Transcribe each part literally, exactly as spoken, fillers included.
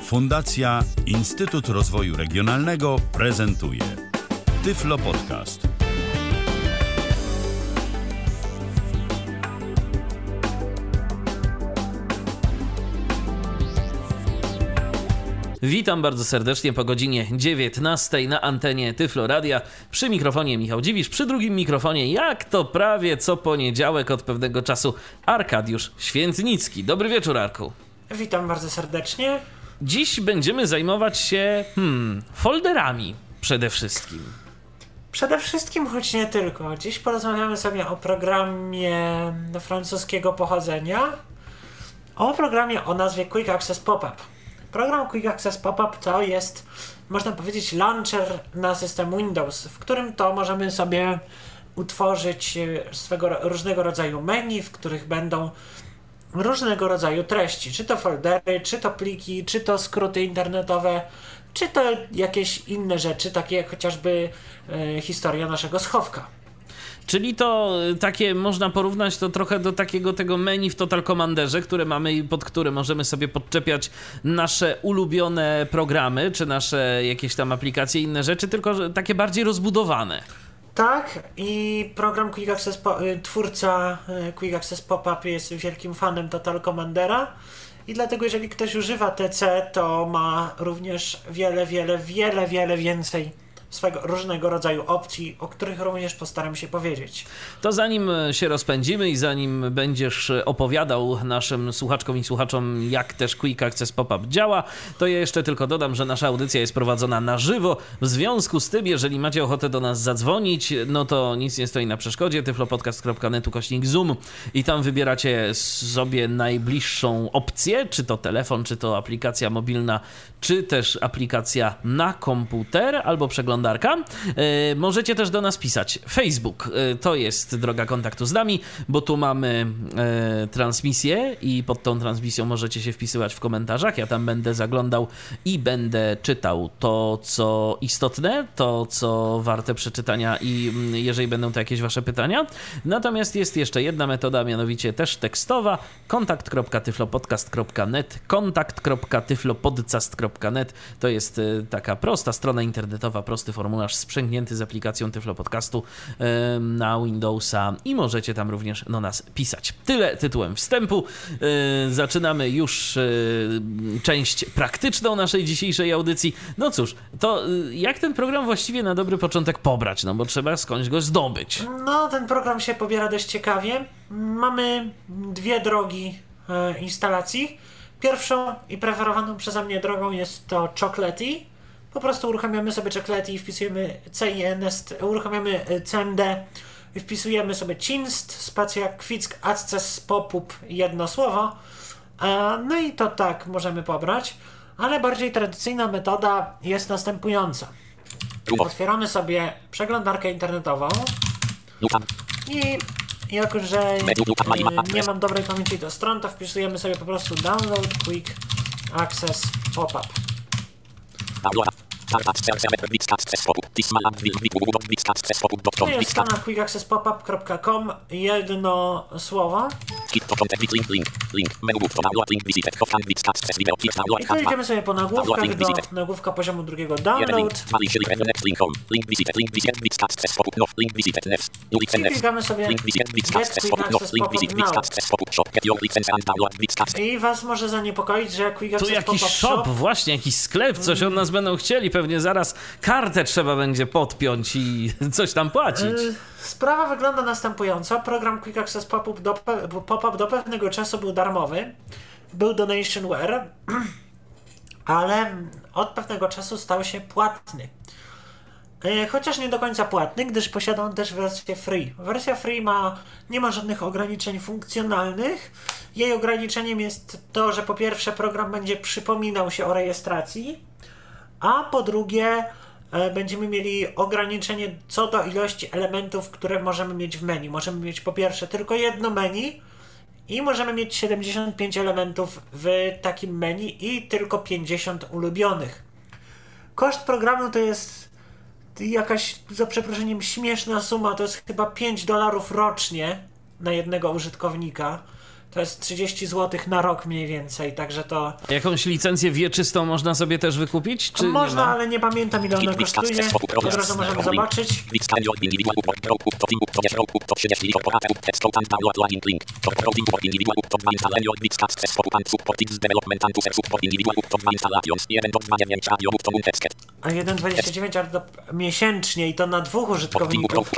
Fundacja Instytut Rozwoju Regionalnego prezentuje Tyflo Podcast. Witam bardzo serdecznie po godzinie dziewiętnastej na antenie Tyflo Radia. Przy mikrofonie Michał Dziwisz, przy drugim mikrofonie, jak to prawie co poniedziałek od pewnego czasu, Arkadiusz Świętnicki. Dobry wieczór, Arku. Witam bardzo serdecznie. Dziś będziemy zajmować się hmm, folderami przede wszystkim. Przede wszystkim, choć nie tylko. Dziś porozmawiamy sobie o programie francuskiego pochodzenia. O programie o nazwie Quick Access Pop-up. Program Quick Access Pop-up to jest, można powiedzieć, launcher na system Windows, w którym to możemy sobie utworzyć swego różnego rodzaju menu, w których będą różnego rodzaju treści, czy to foldery, czy to pliki, czy to skróty internetowe, czy to jakieś inne rzeczy, takie jak chociażby e, historia naszego schowka. Czyli to takie, można porównać to trochę do takiego tego menu w Total Commanderze, które mamy i pod które możemy sobie podczepiać nasze ulubione programy, czy nasze jakieś tam aplikacje, inne rzeczy, tylko że takie bardziej rozbudowane. Tak, i program Quick Access, po- twórca Quick Access Pop-up jest wielkim fanem Total Commandera i dlatego jeżeli ktoś używa T C, to ma również wiele, wiele, wiele, wiele więcej swego różnego rodzaju opcji, o których również postaram się powiedzieć. To zanim się rozpędzimy i zanim będziesz opowiadał naszym słuchaczkom i słuchaczom, jak też Quick Access Pop-up działa, to ja jeszcze tylko dodam, że nasza audycja jest prowadzona na żywo. W związku z tym, jeżeli macie ochotę do nas zadzwonić, no to nic nie stoi na przeszkodzie. tyflopodcast kropka net ukośnik zoom i tam wybieracie sobie najbliższą opcję, czy to telefon, czy to aplikacja mobilna, czy też aplikacja na komputer albo przeglądarka. Yy, możecie też do nas pisać. Facebook yy, to jest droga kontaktu z nami, bo tu mamy yy, transmisję i pod tą transmisją możecie się wpisywać w komentarzach. Ja tam będę zaglądał i będę czytał to, co istotne, to, co warte przeczytania i yy, jeżeli będą to jakieś wasze pytania. Natomiast jest jeszcze jedna metoda, mianowicie też tekstowa. kontakt kropka tyflopodcast kropka net kontakt kropka tyflopodcast kropka net to jest yy, taka prosta strona internetowa, prosty formularz sprzęgnięty z aplikacją Tyflo Podcastu yy, na Windowsa i możecie tam również do nas pisać. Tyle tytułem wstępu. Yy, zaczynamy już yy, część praktyczną naszej dzisiejszej audycji. No cóż, to yy, jak ten program właściwie na dobry początek pobrać? No bo trzeba skądś go zdobyć. No, ten program się pobiera dość ciekawie. Mamy dwie drogi e, instalacji. Pierwszą i preferowaną przeze mnie drogą jest to Chocolatey. Po prostu uruchamiamy sobie Chocolatey i wpisujemy C I N S T, uruchamiamy C M D i wpisujemy sobie cinst, spacja Quick Access Pop-up, jedno słowo. No i to tak możemy pobrać, ale bardziej tradycyjna metoda jest następująca. Otwieramy sobie przeglądarkę internetową i jako, że nie mam dobrej pamięci do stron, to wpisujemy sobie po prostu download Quick Access Pop-up. To jest strona quick access pop up kropka com, jedno słowo. I tu idziemy sobie po nagłówkach do nagłówka poziomu drugiego download. I klikamy sobie Get Quick Access Pop-up Now. I was może zaniepokoić, że Quick Access Tu jakiś Pop-up shop, właśnie jakiś sklep, coś od nas będą chcieli. Pewnie zaraz kartę trzeba będzie podpiąć i coś tam płacić. Sprawa wygląda następująco. Program Quick Access Pop-up do, pop-up do pewnego czasu był darmowy. Był donationware, ale od pewnego czasu stał się płatny. Chociaż nie do końca płatny, gdyż posiada on też wersję free. Wersja free ma, nie ma żadnych ograniczeń funkcjonalnych. Jej ograniczeniem jest to, że po pierwsze program będzie przypominał się o rejestracji, a po drugie e, będziemy mieli ograniczenie co do ilości elementów, które możemy mieć w menu. Możemy mieć po pierwsze tylko jedno menu i możemy mieć siedemdziesiąt pięć elementów w takim menu i tylko pięćdziesiąt ulubionych. Koszt programu to jest jakaś, za przeproszeniem, śmieszna suma, to jest chyba pięć dolarów rocznie na jednego użytkownika. To jest trzydzieści złotych na rok mniej więcej, także to... Jakąś licencję wieczystą można sobie też wykupić, czy Można, nie ma? ale nie pamiętam ile ona kosztuje. Od razu możemy zobaczyć. A jeden dwadzieścia dziewięć miesięcznie i to na dwóch użytkowników.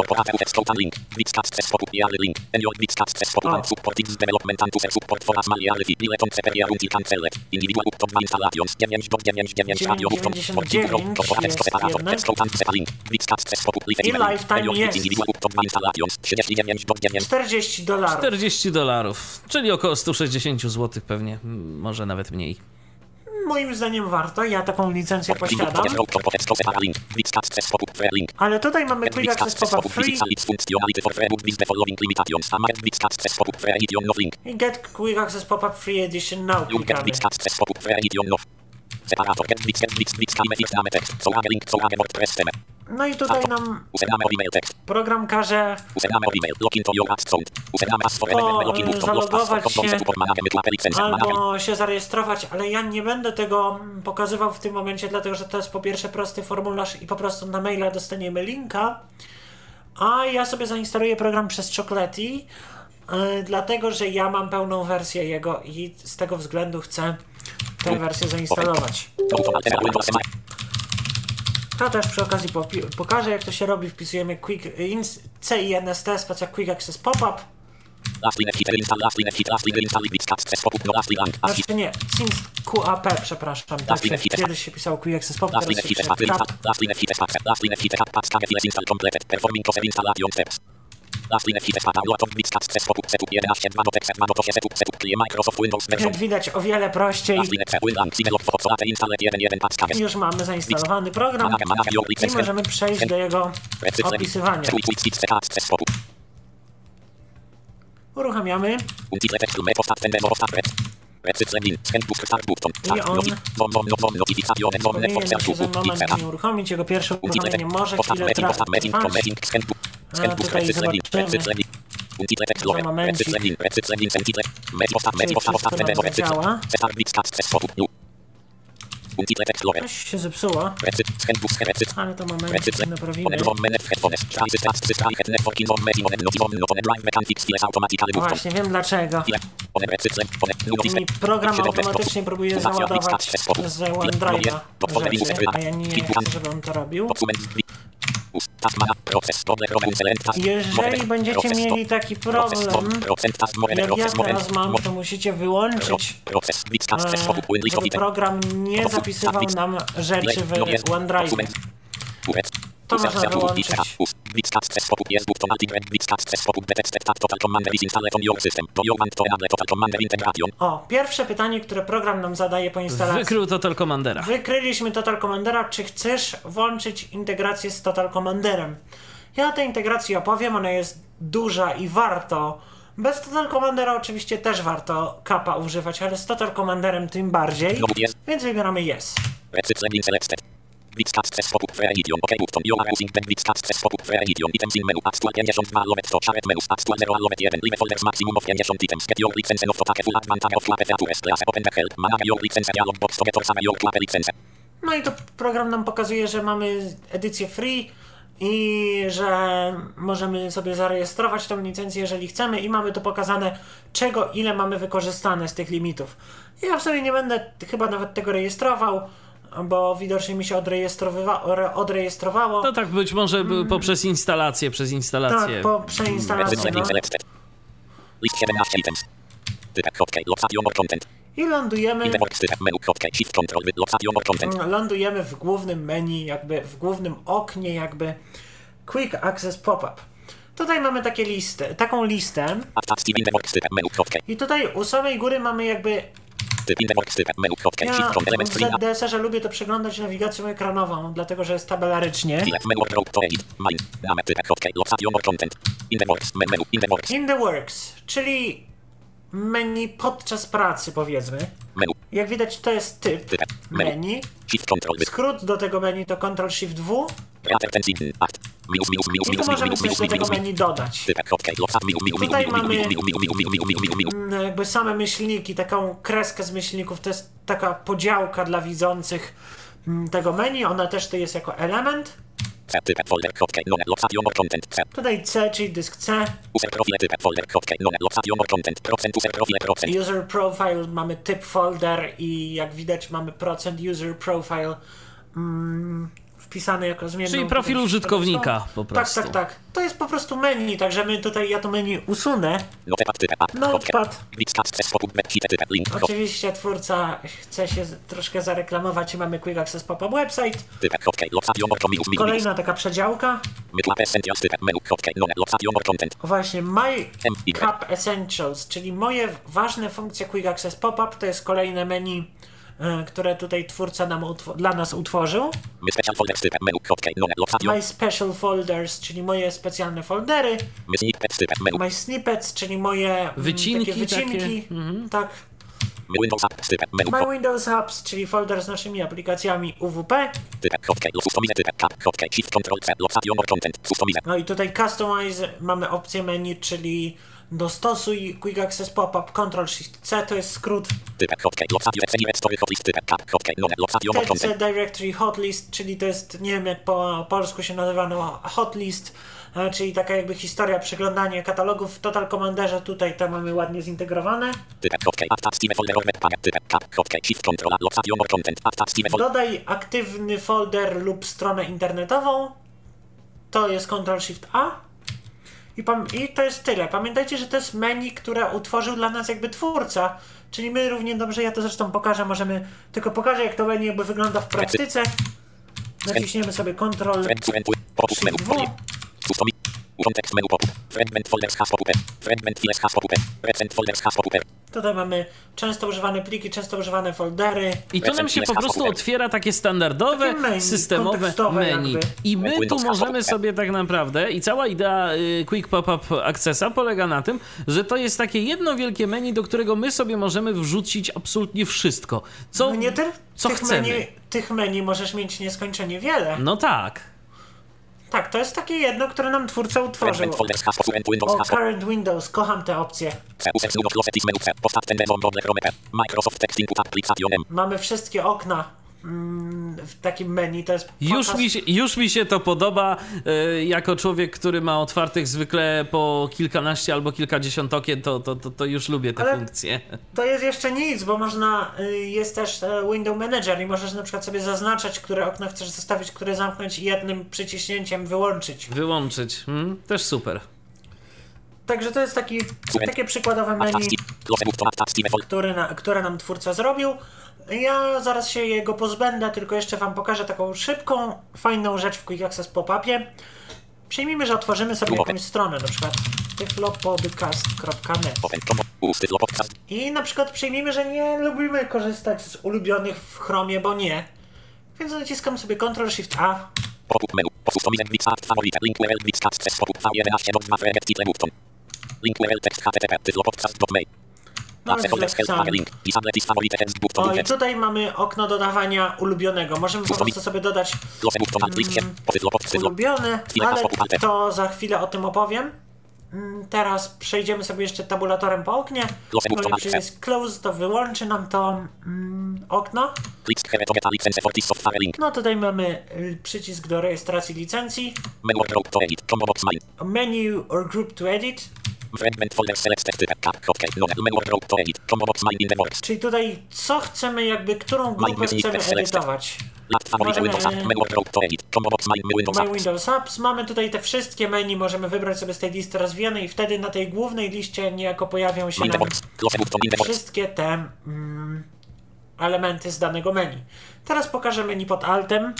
I lifetime jest czterdzieści dolarów. czterdzieści dolarów, czyli około sto sześćdziesiąt złotych pewnie, może nawet mniej. Moim zdaniem warto, ja taką licencję posiadam. Ale tutaj mamy Quick Access Pop-up Free i Get Quick Access Pop-up Free Edition Now klikamy. No i tutaj nam program każe po, zalogować się albo się zarejestrować, ale ja nie będę tego pokazywał w tym momencie, dlatego że to jest po pierwsze prosty formularz i po prostu na maila dostaniemy linka, a ja sobie zainstaluję program przez Chocolatey, yy, dlatego że ja mam pełną wersję jego i z tego względu chcę tę wersję zainstalować. To też przy okazji pokażę, jak to się robi. Wpisujemy quick, C I N S T spacja Quick Access Pop-up. Znaczy nie, Since Q A P, przepraszam. Tak się, kiedyś się pisało Quick Access Pop, teraz się pisze Cap. Jak widać, o wiele prościej. Już mamy zainstalowany program i możemy przejść do jego opisywania. Uruchamiamy. I on powinien się za moment nie uruchomić. Jego pierwsze uruchomienie może chwilę trwać. A tutaj zobaczymy za momencik, czy wszystko nam działa. Coś się zepsuło, ale to momencik naprawimy. Właśnie, wiem dlaczego. Mi program automatycznie próbuje załadować z OneDrive'a rzeczy, a ja nie chcę, żeby on to robił. Jeżeli będziecie mieli taki problem, jak ja teraz mam, to musicie wyłączyć, żeby program nie zapisywał nam rzeczy w OneDrive. To można wyłączyć. O, pierwsze pytanie, które program nam zadaje po instalacji. Wykrył Total Commandera. Wykryliśmy Total Commandera. Czy chcesz włączyć integrację z Total Commanderem? Ja o tej integracji opowiem, ona jest duża i warto. Bez Total Commandera oczywiście też warto Kappa używać, ale z Total Commanderem tym bardziej. Więc wybieramy Yes. No i to program nam pokazuje, że mamy edycję free i że możemy sobie zarejestrować tą licencję, jeżeli chcemy, i mamy to pokazane, czego, ile mamy wykorzystane z tych limitów. Ja w sobie nie będę chyba nawet tego rejestrował, bo widocznie mi się odrejestrowywa- odrejestrowało. No tak, być może mm. poprzez instalację, przez instalację. Tak, po przeinstalację, no. I lądujemy, lądujemy w głównym menu, jakby w głównym oknie jakby Quick Access Pop-up. Tutaj mamy takie listę, taką listę i tutaj u samej góry mamy jakby... Ja w Z D S R-ze lubię to przeglądać nawigacją ekranową, dlatego że jest tabelarycznie. In the works, czyli menu podczas pracy, powiedzmy. Jak widać, to jest typ menu. Skrót do tego menu to Ctrl Shift W. I tu możemy coś do tego menu dodać. Tutaj mamy jakby same myślniki, taką kreskę z myślników, to jest taka podziałka dla widzących tego menu, ona też tu jest jako element. Tutaj C, czyli dysk C. User profile, mamy typ folder i jak widać mamy procent user profile mm, wpisany jako zmienną. Czyli profil użytkownika po prostu. Tak, tak, tak. To jest po prostu menu, także my tutaj, ja to menu usunę. Notepad. Oczywiście twórca chce się troszkę zareklamować i mamy Quick Access Pop-up Website. Kolejna taka przedziałka. Właśnie My Cap Essentials, czyli moje ważne funkcje Quick Access Pop-up, to jest kolejne menu, które tutaj twórca nam utw- dla nas utworzył. My Special Folders, czyli moje specjalne foldery. My Snippets, czyli moje wycinki, takie wycinki. Takie. Mhm. Tak. My Windows Apps, czyli folder z naszymi aplikacjami U W P. No i tutaj Customize, mamy opcję menu, czyli dostosuj Quick Access Pop-up, Control Shift C, to jest skrót. T C Directory Hotlist, czyli to jest, nie wiem jak po polsku się nazywa, no, hotlist, czyli taka jakby historia przeglądania katalogów w Total Commanderze, tutaj to mamy ładnie zintegrowane. Dodaj aktywny folder lub stronę internetową, to jest Control Shift A. I, pam- I to jest tyle. Pamiętajcie, że to jest menu, które utworzył dla nas jakby twórca. Czyli my równie dobrze, ja to zresztą pokażę, możemy, tylko pokażę jak to menu jakby wygląda w praktyce. Naciśniemy sobie Ctrl Shift W. Tutaj mamy często używane pliki, często używane foldery. I tu nam się po prostu otwiera takie standardowe, takie menu, systemowe menu. Jakby. I my tu możemy sobie tak naprawdę, i cała idea y, Quick Pop-up Accessa polega na tym, że to jest takie jedno wielkie menu, do którego my sobie możemy wrzucić absolutnie wszystko. Co, no nie ty, co tych chcemy. Menu, tych menu możesz mieć nieskończenie wiele. No tak. Tak, to jest takie jedno, które nam twórca utworzył. O, Current Windows, kocham te opcje. Mamy wszystkie okna mm, w takim menu, to jest już mi, się, już mi się to podoba, yy, jako człowiek, który ma otwartych zwykle po kilkanaście albo kilkadziesiąt okien, to, to, to, to już lubię te Ale funkcje. To jest jeszcze nic, bo można, y, jest też y, Window Manager i możesz na przykład sobie zaznaczać, które okno chcesz zostawić, które zamknąć i jednym przyciśnięciem wyłączyć. Wyłączyć, hmm? Też super. Także to jest taki, takie przykładowe menu, które, na, które nam twórca zrobił. Ja zaraz się jego pozbędę, tylko jeszcze wam pokażę taką szybką, fajną rzecz w Quick Access Pop-upie. Przyjmijmy, że otworzymy sobie jakąś stronę, na przykład tyflopodcast kropka net. I na przykład przyjmijmy, że nie lubimy korzystać z ulubionych w Chromie, bo nie. Więc naciskam sobie Ctrl Shift A. No, o, i tutaj mamy okno dodawania ulubionego. Możemy po prostu sobie dodać mm, ulubione, ale to za chwilę o tym opowiem. Teraz przejdziemy sobie jeszcze tabulatorem po oknie. Jeżeli jest close, to wyłączy nam to mm, okno. No tutaj mamy przycisk do rejestracji licencji. Menu or group to edit. Czyli tutaj co chcemy, jakby którą grupę chcemy edytować. Możemy, My Windows Apps, mamy tutaj te wszystkie menu, możemy wybrać sobie z tej listy rozwijanej i wtedy na tej głównej liście niejako pojawią się nam wszystkie te mm, elementy z danego menu. Teraz pokażę menu pod Altem.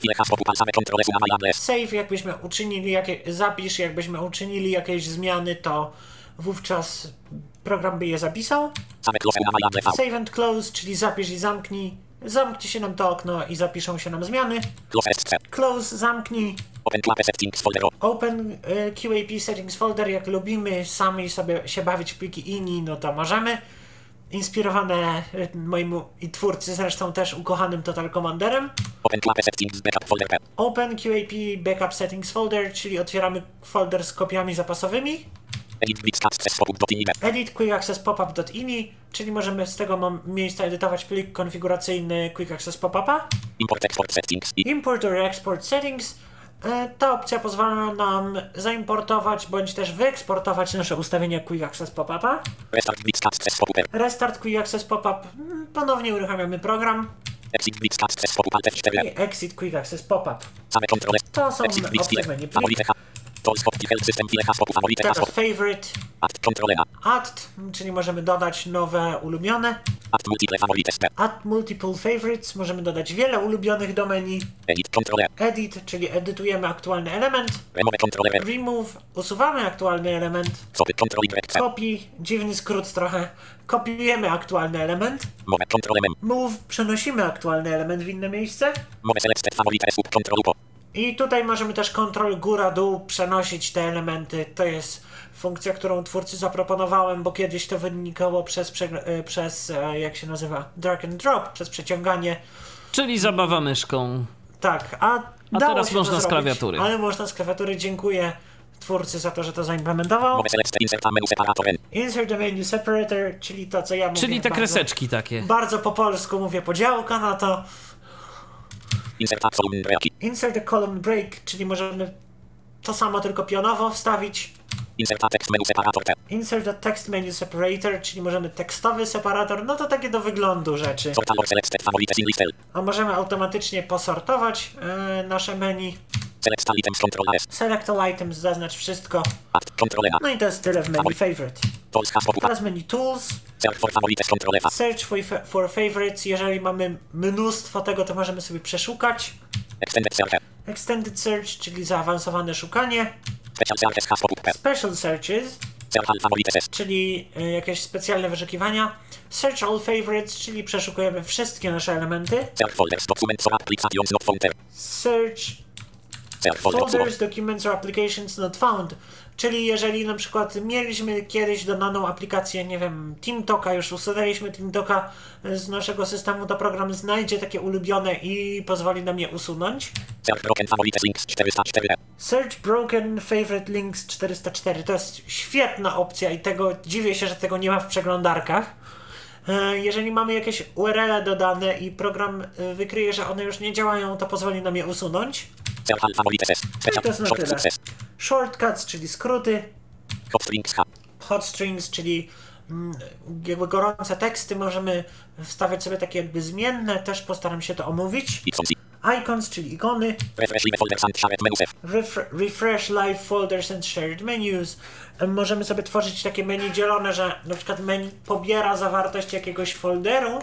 Save, jakbyśmy uczynili, jakie, zapisz, jakbyśmy uczynili jakieś zmiany, to wówczas program by je zapisał. Save and close, czyli zapisz i zamknij. Zamknie się nam to okno i zapiszą się nam zmiany. Close, zamknij. Open Q A P Settings Folder, jak lubimy sami sobie się bawić w pliki I N I, no to możemy. inspirowane moim i twórcy zresztą też ukochanym Total Commanderem. Open Q A P Settings Backup Folder. Open Q A P Backup Settings Folder, czyli otwieramy folder z kopiami zapasowymi. Edit Quick Access Pop-up.ini. Edit Quick Access Pop-up.ini, czyli możemy z tego miejsca edytować plik konfiguracyjny Quick Access Pop-upa. Import Export Settings. Import or Export Settings. Ta opcja pozwala nam zaimportować bądź też wyeksportować nasze ustawienia Quick Access Pop-upa. Restart Quick Access Pop-up. Restart Quick Access Pop-up. Ponownie uruchamiamy program. Exit Quick Access Pop-up Alt F cztery. I Exit Quick Access Pop-up. Same kontrole. To są Exit Quick opcje w File. menu Favorite plik. Tools Pop Health System File Hashtag Favorite Teraz Hashtag. Favorite. Add Controlera. Add, czyli możemy dodać nowe ulubione. Add Multiple Favorites. Add Multiple Favorites. Możemy dodać wiele ulubionych do menu. Edit Controller. Edit, czyli edytujemy aktualny element. Remove Controller. Remove, usuwamy aktualny element. Copy Control Y. Copy, dziwny skrót trochę. Kopiujemy aktualny element. Move Control M. Move, przenosimy aktualny element w inne miejsce. Move Selected Favorite Sub Control U. I tutaj możemy też kontrol góra-dół przenosić te elementy. To jest funkcja, którą twórcy zaproponowałem, bo kiedyś to wynikało przez, prze- przez jak się nazywa, drag and drop, przez przeciąganie. Czyli zabawa myszką. Tak, a, A dało teraz się można to z zrobić, klawiatury. Ale można z klawiatury. Dziękuję twórcy za to, że to zaimplementował. Move Selected Insert a Menu Separator N. Insert a menu separator, czyli to, co ja mówię. Czyli te bardzo, kreseczki takie. Bardzo po polsku mówię podziałka na to. Insert a Column Break. Insert a column break, czyli możemy to samo tylko pionowo wstawić. Insert a Text Menu Separator T. Insert a text menu separator, czyli możemy tekstowy separator, no to takie do wyglądu rzeczy. Sort or Selected Favorites in List L. A możemy automatycznie posortować e, nasze menu. Select all items Control A S. Select all items, zaznacz wszystko. Add Controlera. No i to jest tyle w menu favorite. Tools Hashtag Pop-up. Teraz menu tools. Search for Favorites Control F. Search for, for favorites. Jeżeli mamy mnóstwo tego, to możemy sobie przeszukać. Extended Search. Extended search, czyli zaawansowane szukanie. Special Searches Hashtag Pop-up. Special searches, Search all Favorites S. czyli y, jakieś specjalne wyszukiwania. Search all favorites, czyli przeszukujemy wszystkie nasze elementy. Search Folders Documents or Applications Not Found. Search Search Folders. folders, documents or applications not found. Czyli jeżeli na przykład mieliśmy kiedyś dodaną aplikację, nie wiem, TeamTalka, już usunęliśmy TeamTalka z naszego systemu, to program znajdzie takie ulubione i pozwoli nam je usunąć. Search Broken Favorites Links czterysta cztery. Search Broken Favorite Links czterysta cztery. To jest świetna opcja i tego dziwię się, że tego nie ma w przeglądarkach. E, Jeżeli mamy jakieś U R L dodane i program e, wykryje, że one już nie działają, to pozwoli nam je usunąć. Search all Favorites S. No i Special to jest na tyle. Shortcuts S. Shortcuts, czyli skróty. Hot Strings H. Hot strings, czyli mm, jakby gorące teksty, możemy wstawiać sobie takie jakby zmienne, też postaram się to omówić. Icons. Icons, czyli ikony. Refresh Live Folders and Shared Menus F. Refre- refresh live folders and shared menus. E, Możemy sobie tworzyć takie menu dzielone, że na przykład menu pobiera zawartość jakiegoś folderu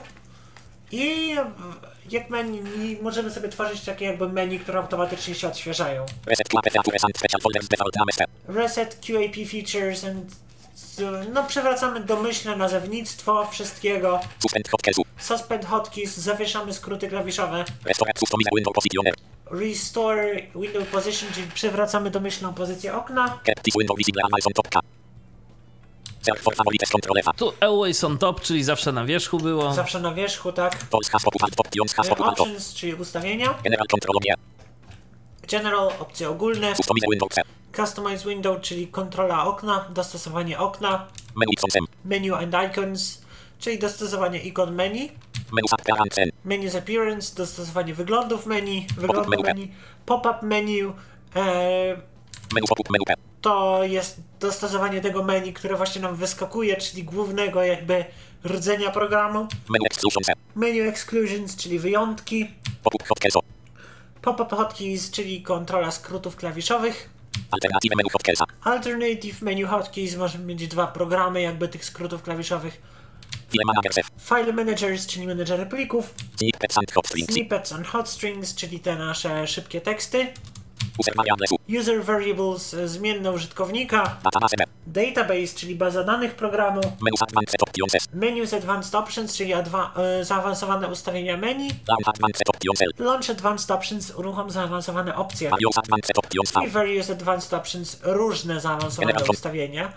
i e, jak menu, i możemy sobie tworzyć takie jakby menu, które automatycznie się odświeżają. Reset Q A P Features and Special Folders Default Name F. Reset Q A P features and no przywracamy domyślne nazewnictwo wszystkiego. Suspend Hotkeys. Suspend hotkeys, zawieszamy skróty klawiszowe. Restore Customize Window Positioner. Restore window position, czyli przywracamy domyślną pozycję okna. Keep this window visible always on top K. Search for Favorites Control F. Tu always on top, czyli zawsze na wierzchu było. Zawsze na wierzchu, tak. Tools Hashtag Pop Alt Pop Tions Hashtag Pop Alt Pop. Options, czyli ustawienia. General Control O. General, opcje ogólne. Customize Window C. Customize window, czyli kontrola okna, dostosowanie okna. Menu Icons M. Menu and icons, czyli dostosowanie ikon menu. Menus Appearance N. Menus appearance, dostosowanie wyglądów menu. Wyglądu menu. menu. Pop-up menu. E, Menu Pop-up Menu P. to jest dostosowanie tego menu, które właśnie nam wyskakuje, czyli głównego jakby rdzenia programu. Menu Exclusions E. Menu exclusions, czyli wyjątki. Pop-up Hotkeys O. Pop-up hotkeys, czyli kontrola skrótów klawiszowych. Alternative Menu Hotkeys A. Alternative menu hotkeys, możemy mieć dwa programy jakby tych skrótów klawiszowych. File Managers F. File managers, czyli menedżery plików. Snippets and Hot Strings. Snippets and hot strings, czyli te nasze szybkie teksty. User Variables U. User variables, e, zmienne użytkownika. Database M. Database, czyli baza danych programu. Menus Advanced Options S. Menus Advanced Options, czyli adwa- e, zaawansowane ustawienia menu. Launch Advanced Options L. Launch Advanced Options, uruchom zaawansowane opcje. Various Advanced Options V. I Various Advanced Options, różne zaawansowane General- ustawienia.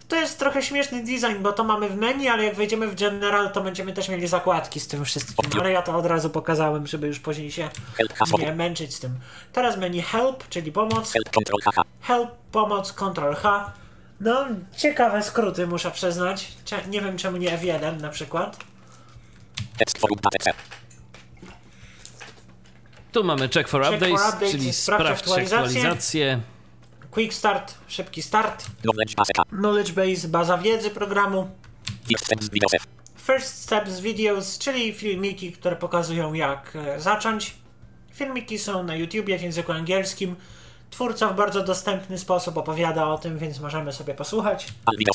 to jest trochę śmieszny design, bo to mamy w menu, ale jak wejdziemy w General, to będziemy też mieli zakładki z tym wszystkim. Ale ja to od razu pokazałem, żeby już później się nie męczyć z tym. Teraz menu Help, czyli pomoc. Help, Control H. Help, pomoc, Control H. No, ciekawe skróty, muszę przyznać. Nie wiem, czemu nie F jeden na przykład. Text for update. Tu mamy check for Check updates, for updates, czyli sprawdź sprawdź aktualizację. aktualizację. Quick Start, szybki start. Knowledge base. Knowledge Base, baza wiedzy programu. First steps videos. First Steps Videos, czyli filmiki, które pokazują jak e, zacząć. Filmiki są na YouTubie w języku angielskim. Twórca w bardzo dostępny sposób opowiada o tym, więc możemy sobie posłuchać. All videos.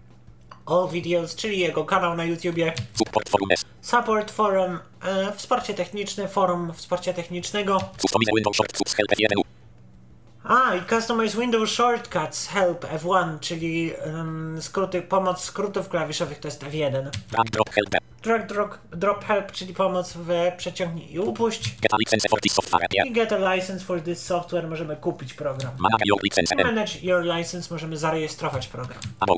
All Videos, czyli jego kanał na YouTubie. Support forums. Support Forum, e, wsparcie techniczne, forum wsparcia technicznego. Customize Windows Shortcuts Help F jeden. A, i Customize Windows Shortcuts Help F jeden, czyli um, skróty, pomoc skrótów klawiszowych to jest F jeden. Drag Drop Help. Drag drop, drop Help, czyli pomoc w przeciągnij i upuść. Get a license for this software. I get a license for this software, możemy kupić program. Manage your license. Manage your license, możemy zarejestrować program. About.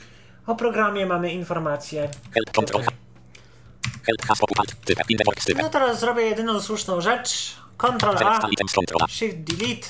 O programie mamy informacje. Help Control H. Help has pop alt. Typ. In the works typ. No teraz zrobię jedyną słuszną rzecz. Control A, Select items control. Shift Delete.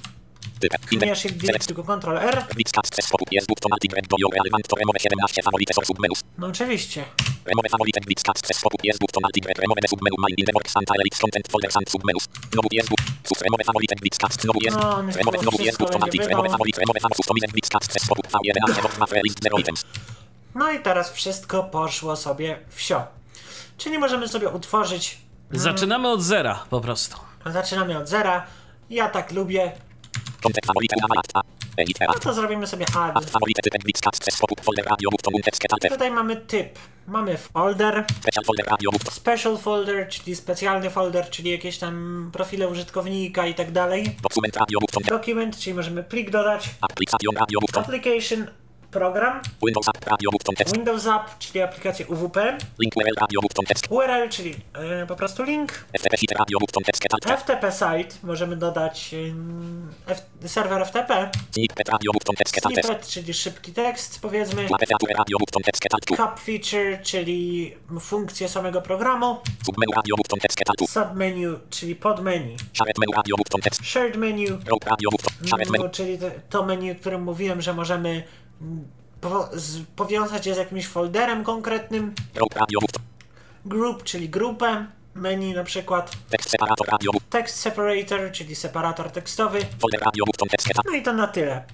Typ. In the Nie Shift Delete, tylko Control R. Which tasks pop jest button alt y do your relevant to remove siedemnaście favorites or submenus. No oczywiście. Remove favorite which tasks pop jest button alt y remove submenu mind in the works and its content folders and submenus. No jest but. Sus remove favorite which tasks no jest. No, niech Remove to no jest wszystko button alt y będzie remove wydało. favorite remove favorite customize which tasks pop v jedenaście dot map list zero items. No i teraz wszystko poszło sobie wsio. Czyli możemy sobie utworzyć... Zaczynamy od zera po prostu. Zaczynamy od zera. Ja tak lubię. Content favorite na alt a. Edit No alt. to zrobimy sobie add. Add favorite typ which tasks pop folder radio button und text alt. Tutaj mamy typ. Mamy folder. Special folder radio button. Special folder, czyli specjalny folder, czyli jakieś tam profile użytkownika i tak dalej. Document radio button. Document, czyli możemy plik dodać. Application radio button. Application, program. Windows app radio button text. Windows App, czyli aplikację U W P. Link U R L radio button text. U R L, czyli yy, po prostu link. F T P site radio button text alt. F T P site, możemy dodać yy, F, serwer F T P. Snippet radio button text alt. Snippet, czyli szybki tekst, powiedzmy. Clap feature radio button text alt. Cap feature, czyli funkcję samego programu. Submenu radio button text alt. Submenu, czyli podmenu. Shared menu radio button text. Shared menu, Group radio button. Shared menu. no, czyli te, to menu, o którym mówiłem, że możemy mm, po, z, powiązać je z jakimś folderem konkretnym. Group radio button. Group, czyli grupę. Menu na przykład. Text separator radio. Text separator, czyli separator tekstowy. Folder radio button text alt. No i to na tyle.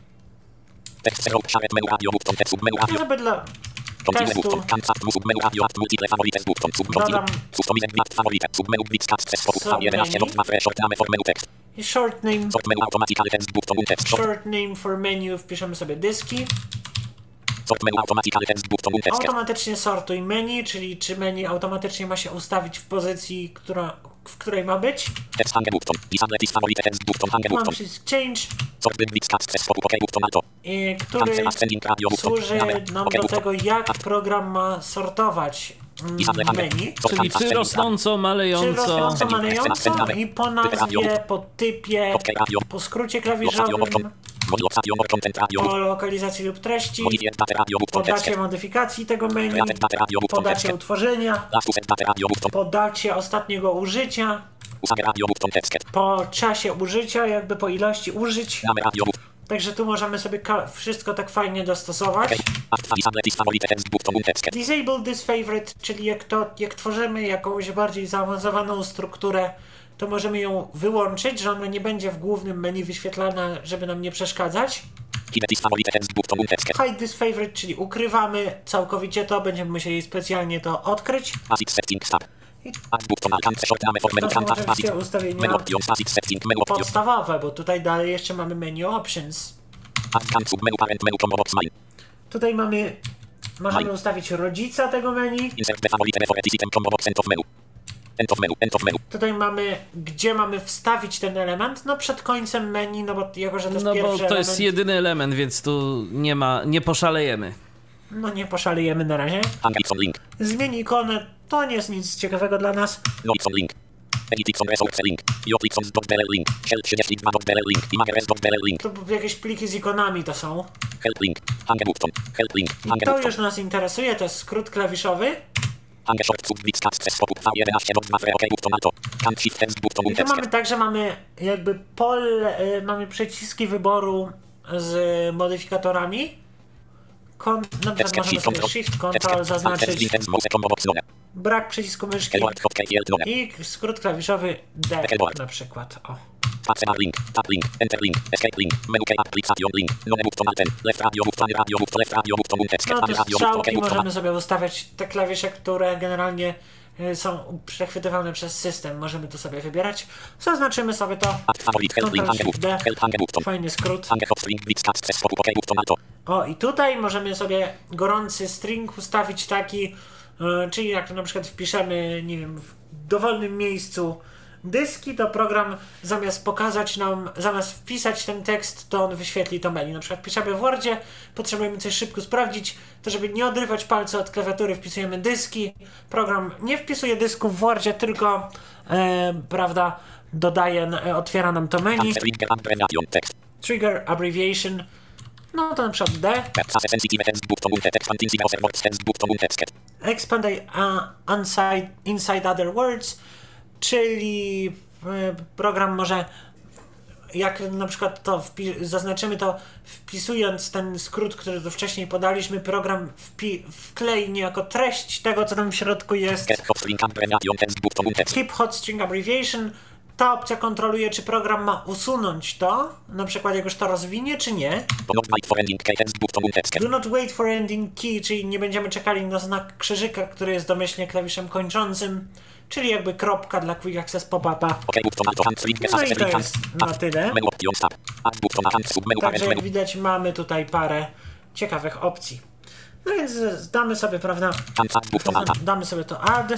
Text group shared menu radio button text submenu radio. Żeby dla Continue testu button. Cancel mu submenu radio add multiple favorites button. Sub continue. dodam Customize add favorite. Submenu which tasks pop v jedenaście dot map short name for menu text. i short name. Sort menu automatically text button und text. Short name for menu, wpiszemy sobie dyski. Sort menu automatically text button und text. Automatycznie sortuj menu, czyli czy menu automatycznie ma się ustawić w pozycji, która, w której ma być. Text hange button. Disable this favorite text button hange Mam button. przycisk change, Sort with which tasks pop ok button alto. i który służy nam do tego, jak program ma sortować mm, menu. Czyli czy rosnąco, Czy malejąco. rosnąco, malejąco i po nazwie, po typie, po skrócie klawiszowym, Modulation or content radio. po lokalizacji lub treści, Modified data radio po button text. dacie modyfikacji tego menu, Created data radio po button dacie text. utworzenia, Last set data radio button. po dacie ostatniego użycia, Usage radio button text. po czasie użycia, jakby po ilości użyć. Rame radio button. Także tu możemy sobie ka- wszystko tak fajnie dostosować. Add disable this favorite text button und text. Disable this favorite, czyli jak, to, jak tworzymy jakąś bardziej zaawansowaną strukturę, to możemy ją wyłączyć, że ona nie będzie w głównym menu wyświetlana, żeby nam nie przeszkadzać. Hide this favorite text button und text. Hide this favorite, czyli ukrywamy całkowicie to, będziemy musieli specjalnie to odkryć. Basic settings tab. Add button alcance short name for menu To są contact basic. oczywiście ustawienia Menu options basic setting menu options. podstawowe, bo tutaj dalej jeszcze mamy menu options. Add scan submenu parent menu combo box mine. Tutaj mamy, możemy ustawić rodzica tego menu. Insert the favorite for item combo box end of menu. End of menu, end of menu. Tutaj mamy, gdzie mamy wstawić ten element, no przed końcem menu, no bo jako, że to jest No bo pierwszy to element, jest jedyny element, więc tu nie ma, nie poszalejemy. no nie poszalejemy na razie. Hang icon link. Zmień ikonę, to nie jest nic ciekawego dla nas. No icon link. Editson resource link. Joplixons.dll link. Shell trzydzieści dwa dot d l link. Imageres.dll link. Tu jakieś pliki z ikonami to są. Help link. Hange button. Help link. Hange To button. już nas interesuje, to jest skrót klawiszowy. Hange short sub bit stats przez pop v jedenaście dot dwa OK button alto. Can shift text button I tu mamy tak, że mamy jakby pole, y, mamy przyciski wyboru z modyfikatorami. Kon, na przykład możemy sobie Shift Control zaznaczyć brak przycisku myszki i skrót klawiszowy D na przykład. O. link, tab link, enter link, escape link, menu key application link, none button alten, left radio button, radio button, left radio button, text, No to radio strzałki button, możemy sobie ustawiać te klawisze, które generalnie y, są przechwytywane przez system. Możemy tu sobie wybierać. Zaznaczymy sobie to. D. Fajny skrót. O, i tutaj możemy sobie gorący string ustawić taki, y, czyli jak na przykład wpiszemy, nie wiem, w dowolnym miejscu dyski, to program zamiast pokazać nam, zamiast wpisać ten tekst, to on wyświetli to menu. Na przykład piszemy w Wordzie, potrzebujemy coś szybko sprawdzić, to żeby nie odrywać palca od klawiatury, wpisujemy dyski. Program nie wpisuje dysków w Wordzie, tylko e, prawda, dodaje, e, otwiera nam to menu. Trigger abbreviation. No to na przykład D. Expand uh, inside, inside other words. Czyli program może, jak na przykład to wpi- zaznaczymy to wpisując ten skrót, który tu wcześniej podaliśmy, program wpi- wklei niejako treść tego, co tam w środku jest. Keep hot string abbreviation. Ta opcja kontroluje, czy program ma usunąć to, na przykład jak już to rozwinie, czy nie. Do not wait for ending key, czyli nie będziemy czekali na znak krzyżyka, który jest domyślnie klawiszem kończącym. Czyli jakby kropka dla Quick Access Pop-upa. No i to jest na tyle. Także jak widać mamy tutaj parę ciekawych opcji. No więc damy sobie, prawda, damy sobie to add.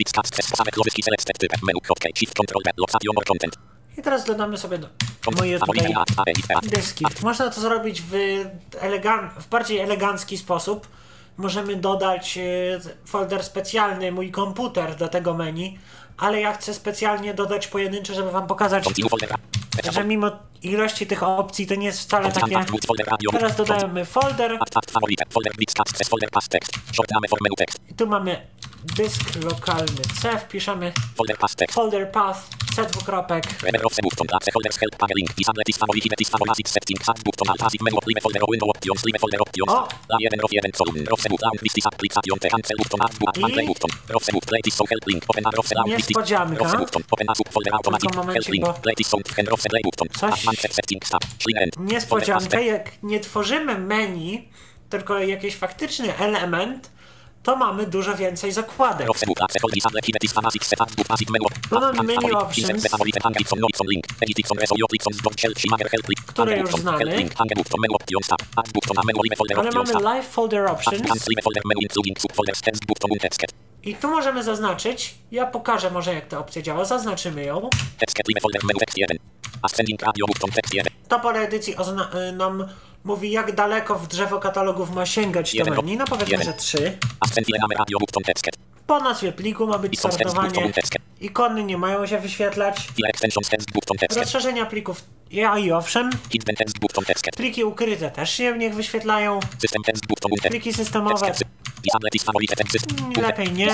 I teraz dodamy sobie do moje tutaj dyski. Można to zrobić w, elegan- w bardziej elegancki sposób. Możemy dodać y, folder specjalny, mój komputer, do tego menu, ale ja chcę specjalnie dodać pojedynczy, żeby wam pokazać, że mimo ilości tych opcji to nie jest wcale takie. Teraz dodajemy folder. I tu mamy dysk lokalny C, wpiszemy folder path, C dwukropek. O! I niespodzianka. Tylko momencik, bo coś niespodzianka, jak nie tworzymy menu, tylko jakiś faktyczny element, to mamy dużo więcej zakładek. Tu mamy menu options, które już znamy, ale mamy live folder options i tu możemy zaznaczyć, ja pokażę może jak ta opcja działa, zaznaczymy ją. To pole edycji ozna- nam mówi, jak daleko w drzewo katalogów ma sięgać to menu. No powiedzmy, że trzy. Po nazwie pliku ma być sortowanie. Ikony nie mają się wyświetlać. Rozszerzenia plików ja i owszem. Pliki ukryte też się niech wyświetlają. Pliki systemowe lepiej nie.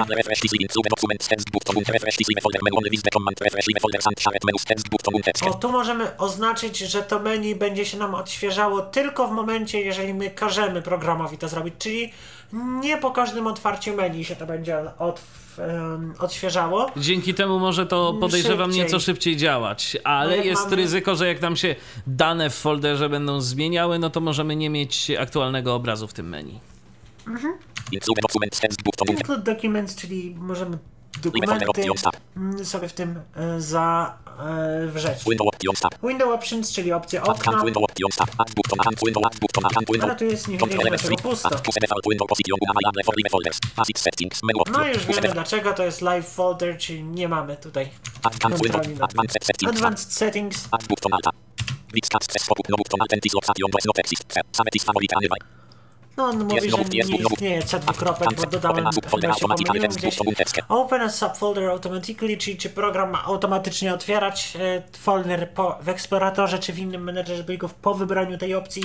O, tu możemy oznaczyć, że to menu będzie się nam odświeżało tylko w momencie, jeżeli my każemy programowi to zrobić, czyli nie po każdym otwarciu menu się to będzie od, um, odświeżało. Dzięki temu może to, podejrzewam, szybciej. nieco szybciej działać, ale no jest mamy... ryzyko, że jak nam się dane w folderze będą zmieniały, no to możemy nie mieć aktualnego obrazu w tym menu. Mhm. Include documents, czyli możemy dokumenty sobie w tym e, zawrzeć. Window options, czyli opcje okna. Ale tu jest, nie widzimy dlaczego pusto. No już wiemy dlaczego, to jest live folder, czyli nie mamy tutaj kontroli nad tym. Advanced settings. No on mówi, że nie istnieje C dwukropek, bo dodałem, chyba się pomyliłem gdzieś. Open a subfolder automatically, czyli czy program ma automatycznie otwierać e, folder po, w eksploratorze czy w innym menedżerze plików po wybraniu tej opcji.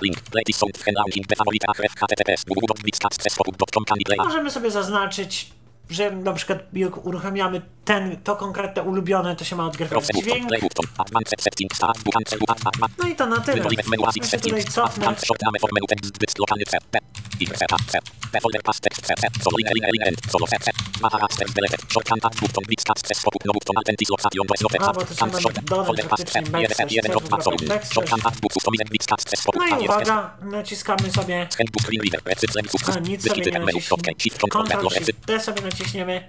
Możemy sobie zaznaczyć, że na przykład jak uruchamiamy ten, to konkretne ulubione, to się ma odgrywać dźwięk. No i to na tyle. Ja się tutaj cofnę. A, bo to trzeba dodać faktycznie backslash. No i uwaga, naciskamy sobie. A, nic sobie nie naciśniemy. Ctrl Shift D sobie naciśniemy.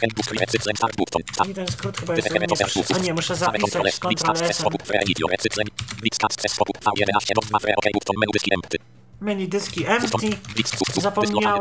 I ten skrót chyba jest mniejszy. A nie, muszę zapisać Ctrl S. Menu dyski empty. Zapomniałem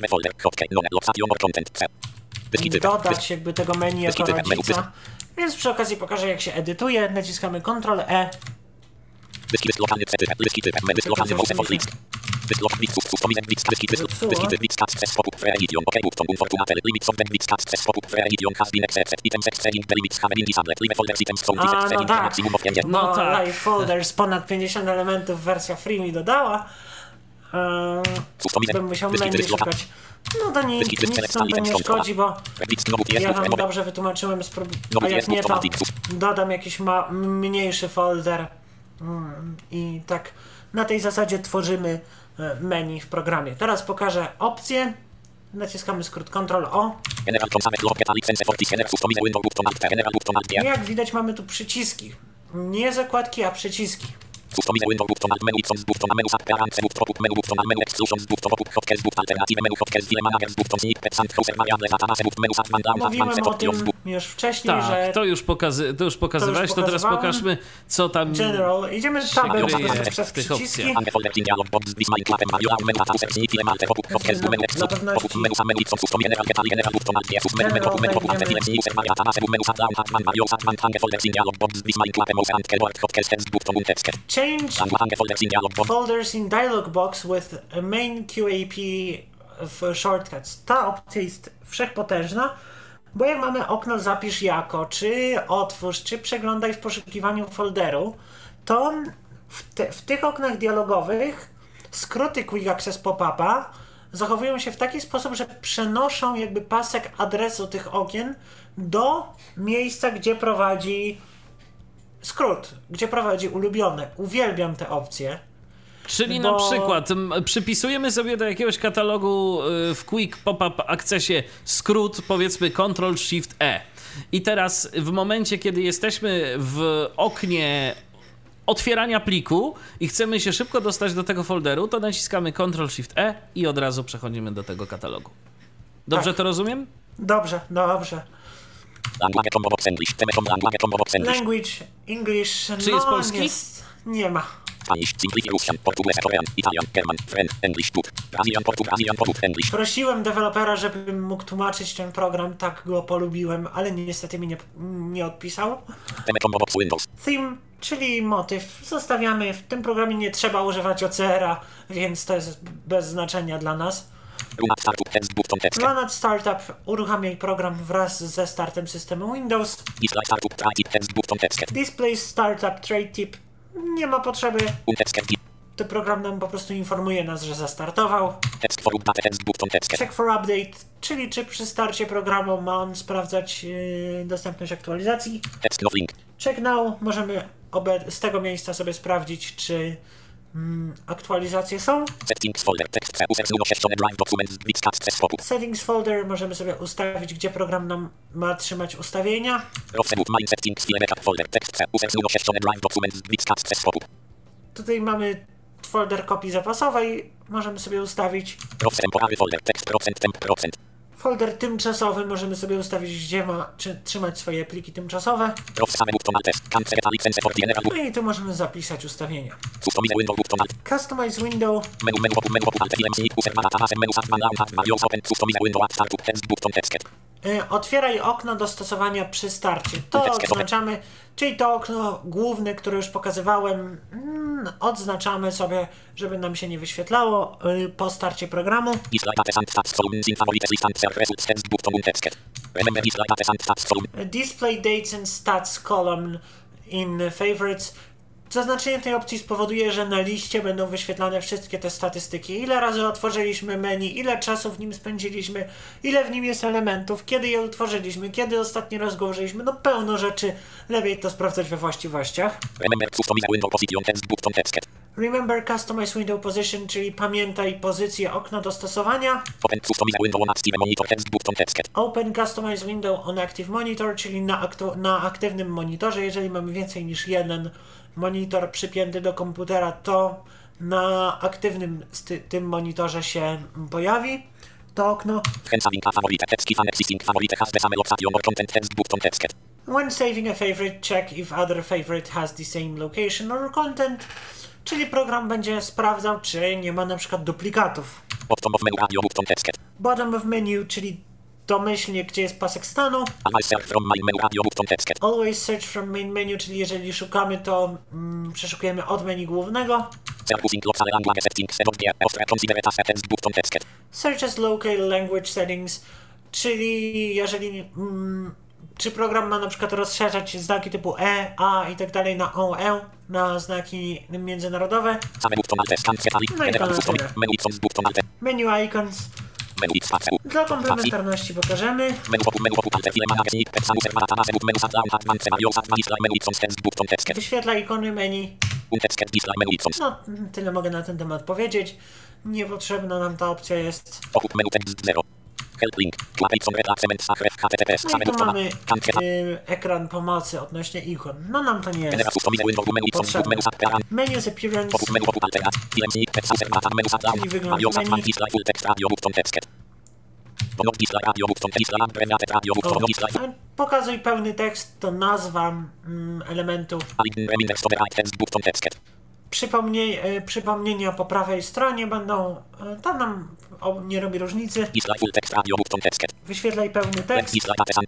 dodać jakby tego menu jako rodzica. Więc przy okazji pokażę, jak się edytuje. Naciskamy Ctrl E. Dyski dyslokany C, dyski typ, dyski lokany mouse for list. Dyslok bitsów, customizer bits, dyski typ, dyski typ, bits, cast, spokój, religion, ok, button, unfortunately, limits of the bits, cast, spokój, religion, has been accepted, items exceeding the limits have been disabled, live folders, items są A, no tak, maximum of pięćdziesiąt. no tak. Live folders, ponad pięćdziesiąt elementów wersja free mi dodała. Eee, bym musiał menu szukać. No to nic, nic nam to nie szkodzi, bo ja wam dobrze wytłumaczyłem, a jak nie, to dodam jakiś ma mniejszy folder. I tak na tej zasadzie tworzymy menu w programie. Teraz pokażę opcje. Naciskamy skrót Ctrl O. Jak widać, mamy tu przyciski. Nie zakładki, a przyciski. Customize window button alt menu icons button menu appearance button menu button menu exclusions button pop hotkey button alternative menu hotkey dile managers button snippets and browser variable database button menu admin down Mówiłem o tym już wcześniej, tak, że... to już, pokazy to już pokazywałeś, to, to teraz pokażmy, co tam General. Idziemy w tabę po prostu przez przyciski. Change folders in dialog box with a main Q A P w shortcuts. Ta opcja jest wszechpotężna, bo jak mamy okno zapisz jako, czy otwórz, czy przeglądaj w poszukiwaniu folderu, to w, te, w tych oknach dialogowych skróty Quick Access Pop-upa zachowują się w taki sposób, że przenoszą jakby pasek adresu tych okien do miejsca, gdzie prowadzi skrót, gdzie prowadzi ulubione. Uwielbiam te opcje. Czyli bo... na przykład m, przypisujemy sobie do jakiegoś katalogu y, w Quick Pop-up Accessie skrót, powiedzmy Ctrl Shift E. I teraz w momencie, kiedy jesteśmy w oknie otwierania pliku i chcemy się szybko dostać do tego folderu, to naciskamy Ctrl Shift E i od razu przechodzimy do tego katalogu. Dobrze tak. To rozumiem? Dobrze, dobrze. Language, English, czy no, jest polski? Jest, nie ma. Prosiłem dewelopera, żebym mógł tłumaczyć ten program, tak go polubiłem, ale niestety mi nie, nie odpisał. Theme, czyli motyw, zostawiamy. W tym programie nie trzeba używać O C R-a, więc to jest bez znaczenia dla nas. Run at Startup, uruchamiaj program wraz ze startem systemu Windows. Display Startup Trade Tip, nie ma potrzeby. Ten program nam po prostu informuje nas, że zastartował. Check for update, czyli czy przy starcie programu ma on sprawdzać yy, dostępność aktualizacji. Check now, możemy obe- z tego miejsca sobie sprawdzić, czy Mm, aktualizacje są. Settings folder, tekst, Settings folder, możemy sobie ustawić, gdzie program nam ma trzymać ustawienia. Tutaj mamy folder kopii zapasowej, możemy sobie ustawić. Folder tymczasowy możemy sobie ustawić, gdzie ma czy, trzymać swoje pliki tymczasowe. No i tu możemy zapisać ustawienia. Customize window. y, otwieraj okno do stosowania przy starcie. To odznaczamy, czyli to okno główne, które już pokazywałem, mm, odznaczamy sobie, żeby nam się nie wyświetlało y, po starcie programu. Display dates and stats column in favorites. Zaznaczenie tej opcji spowoduje, że na liście będą wyświetlane wszystkie te statystyki. Ile razy otworzyliśmy menu, ile czasu w nim spędziliśmy, ile w nim jest elementów, kiedy je utworzyliśmy, kiedy ostatni raz go użyliśmy. No pełno rzeczy. Lepiej to sprawdzać we właściwościach. Remember Customize Window Position, czyli pamiętaj pozycję okna do stosowania. Open Customize Window on Active Monitor, czyli na, aktu- na aktywnym monitorze. Jeżeli mamy więcej niż jeden monitor przypięty do komputera, to na aktywnym ty- tym monitorze się pojawi to okno. When saving a favorite, check if other favorite has the same location or content, czyli program będzie sprawdzał, czy nie ma na przykład duplikatów. Bottom of menu, czyli domyślnie, gdzie jest pasek stanu. Always search from main menu, czyli jeżeli szukamy, to mm, przeszukujemy od menu głównego. Search as local language settings, czyli jeżeli mm, czy program ma na przykład rozszerzać znaki typu E, A i tak dalej na O, E, na znaki międzynarodowe. No i to na tyle. Menu icons. Dla komplementarności pokażemy. Wyświetla ikony menu. No, tyle mogę na ten temat powiedzieć. Niepotrzebna nam ta opcja jest. No i tu mamy y, ekran pomocy odnośnie ikon. No nam to nie jest potrzebne. Menus appearance, czyli wygląd menu. O, pokazuj pełny tekst, to nazwa mm, elementu. Przypomnie, y, przypomnienia po prawej stronie będą, y, to nam o, nie robi różnicy. Wyświetlaj pełny tekst.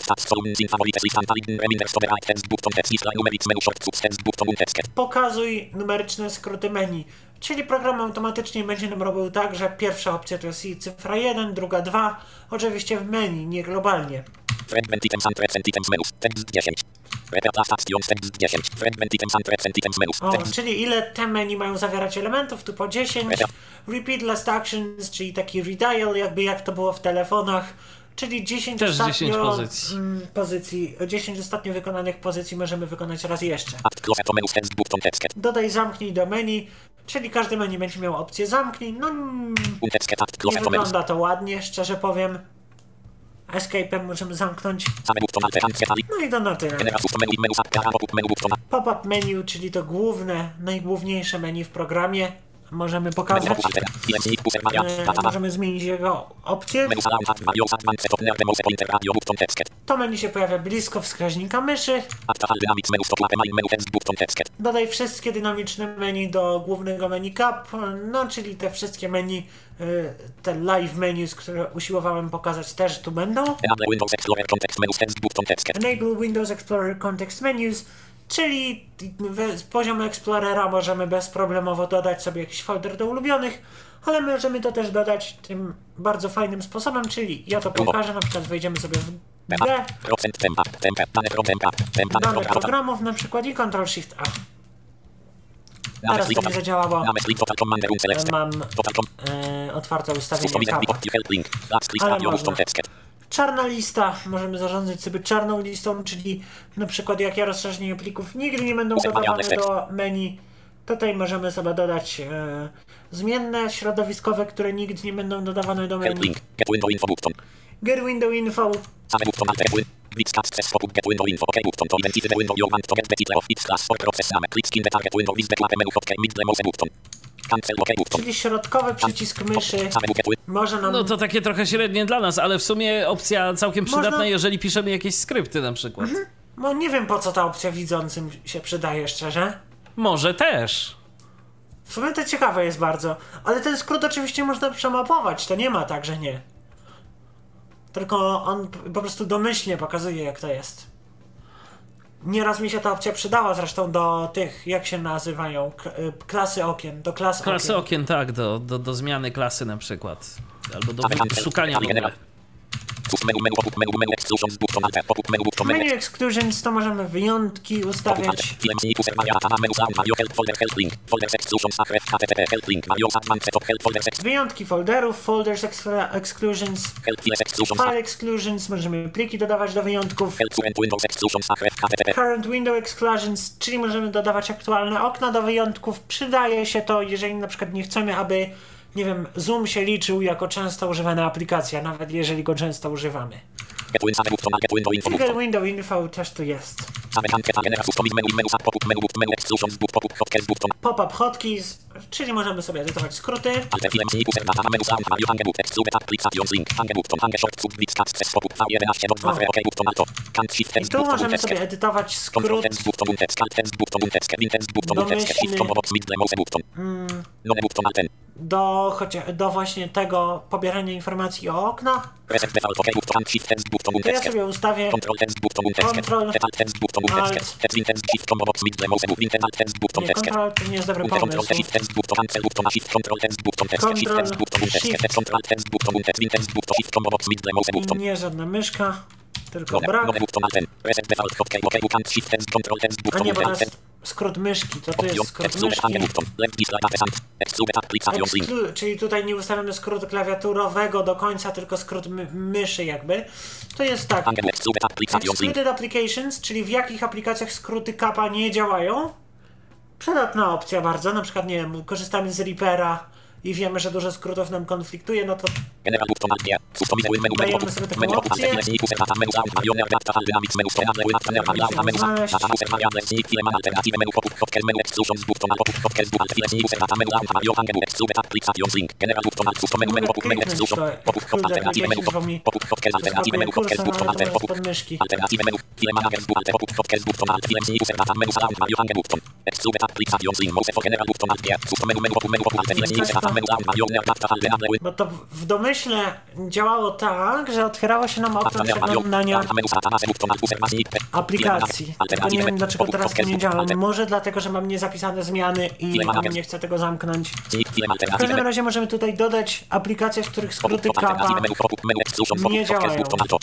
Pokazuj numeryczne skróty menu. Czyli program automatycznie będzie nam robił tak, że pierwsza opcja to jest cyfra jeden, druga dwa, oczywiście w menu, nie globalnie. O, czyli ile te menu mają zawierać elementów, tu po dziesięć. Repeat last actions, czyli taki redial, jakby jak to było w telefonach, czyli dziesięć Też ostatnio dziesięć pozycji. Mm, pozycji. dziesięć ostatnio wykonanych pozycji możemy wykonać raz jeszcze. Dodaj zamknij do menu, czyli każdy menu będzie miał opcję zamknij. No nie wygląda to ładnie, szczerze powiem. Escape'em możemy zamknąć. No i to na tyle. Pop-up menu, czyli to główne, najgłówniejsze menu w programie. Możemy pokazać. E, możemy zmienić jego opcję. To menu się pojawia blisko wskaźnika myszy. Dodaj wszystkie dynamiczne menu do głównego menu Cap, no czyli te wszystkie menu, te live menus, które usiłowałem pokazać, też tu będą. Enable Windows Explorer Context Menus, czyli z poziomu Explorera możemy bezproblemowo dodać sobie jakiś folder do ulubionych, ale możemy to też dodać tym bardzo fajnym sposobem, czyli ja to pokażę, na przykład wejdziemy sobie w D, dane programów na przykład i Control Shift A. Teraz to nie zadziałało. Mam e, otwarte ustawienie kapa. Ale można. Czarna lista. Możemy zarządzać sobie czarną listą, czyli na przykład jak ja rozszerzenie plików nigdy nie będą dodawane do menu. Tutaj możemy sobie dodać e, zmienne środowiskowe, które nigdy nie będą dodawane do menu. Get window info. Czyli środkowy przycisk myszy może nam... No to takie trochę średnie dla nas, ale w sumie opcja całkiem przydatna, Można... jeżeli piszemy jakieś skrypty na przykład. Mhm. No nie wiem, po co ta opcja widzącym się przydaje, szczerze. Może też. W sumie to ciekawe jest bardzo, ale ten skrót oczywiście można przemapować, to nie ma tak, że nie. tylko on p- po prostu domyślnie pokazuje, jak to jest. Nieraz mi się ta opcja przydała zresztą do tych, jak się nazywają, k- klasy okien, do klas Klasy okien. okien, tak, do, do, do zmiany klasy na przykład. Albo do wy- szukania w ogóle. Menu, menu, pop-up, menu, menu, exclusions, button, alt, pop-up, menu, button, Menu menu, exclusions to możemy wyjątki ustawiać. T M C, user, Maria, menu, sound, Mario, help, folder, help, link, folders, exclusions, href, http, help, link, Mario, advanced, top, help, folders, ex- Wyjątki folderów, folders exclu- exclusions, help, files, exclusions, file exclusions, możemy pliki dodawać do wyjątków. help, current Windows, exclusions, href, http, Current window exclusions, czyli możemy dodawać aktualne okna do wyjątków. Przydaje się to, jeżeli na przykład nie chcemy, aby, nie wiem, Zoom się liczył jako często używana aplikacja, nawet jeżeli go często używamy. get win, same button, get window, info, Get button, window info też tu jest. same hand, get agenda, custom, menu, menu, sub, pop-up, menu, menu, exclusions, boot, pop-up, hotkeys, button, Pop-up hotkeys, czyli możemy sobie edytować skróty. alt, T M C, user, data, menu, sound, Mario, hangeboot, exclude, applications, link, hange, button, hange, short, sub, blitz, cast, ses, pop-up, V jedenaście, dot dwa, O. OK, button, alto, can't shift, I text, tu button, możemy text, sobie edytować control, skrót text, button, text, alt, text, button, text, win, text, button, text, domyślny. shift, combo, box, mid, mouse, button, no, button, alt, ten, do, chocia- do właśnie tego pobierania informacji o oknach. reset, default, OK, button, can't shift, text, button, To ja text, sobie ustawię control, text, button, text, Control, alt, text, button, Alt. text, text, win, text, shift, combo, box, mid, mouse, button, alt, text, button, nie, text, kontrol to nie jest dobry Control, pomysł. shift, text, button, cancel, button, shift, control, text, button, text, shift, Control, text, button, text, shift. text, control, text, button, text, win, text, button, shift, combo, box, mid, mouse, button, Nie żadna myszka, tylko no, brak. no, button, alt, ten, reset, default, OK, OK, can't shift, text, control, text, A button, nie, bo to alt, ten, jest skrót myszki, to tu jest option, skrót exclude, hange, myszki. button, left, dislike, descent, exclude, applications, link, Exclu- czyli tutaj nie ustawiamy skrótu klawiaturowego do końca, tylko skrót my- myszy jakby. To jest tak. hange, exclude, applications, link, Excluded applications, czyli w jakich aplikacjach skróty kapa nie działają. Przydatna opcja bardzo, na przykład nie wiem, korzystamy z Reapera i wiemy, że dużo skrótów nam konfliktuje, no to general, button, alt, yeah, customize, win, menu, menu, Dajemy pop, sobie taką menu, pop, alt, opcję. files, nick, user, data, menu, sound, Mario, nerd, data, dynamics, menu, scan, alt, win, alt, nerd, Mario, data, menu, Znaleźć. data, user, variable, nick, file, man, alternative, menu, pop, hotkeys, menu, exclusions, button, alt, pop, hotkeys, alt, files, nick, user, data, menu, sound, Mario, hange, exclude, applications, link, general, button, alt, custom, menu, menu, pop, menu, exclusion, pop, hot, alternative, menu, pop, pop, hotkeys, alternative, menu, hotkeys, button, alt, pop, pod myszki. alternative, menu, file, managers, alt, pop, hotkeys, button, alt, files, nick, user, data, menu, sound, Mario, hange, button, exclude, applications, link, mouse, for general, button, alt, yeah, custom, menu, menu, pop, menu, pop, alt, files, nick, user, data, menu, sound, Mario, nerd, data, alternative, Bo to w- w domyśle działało tak, że otwierało się nam okno przeglądania aplikacji. Tylko nie wiem, dlaczego teraz to nie działa. Może dlatego, że mam niezapisane zmiany i on nie chce tego zamknąć. W każdym razie możemy tutaj dodać aplikacje, w których skróty kapa nie działają.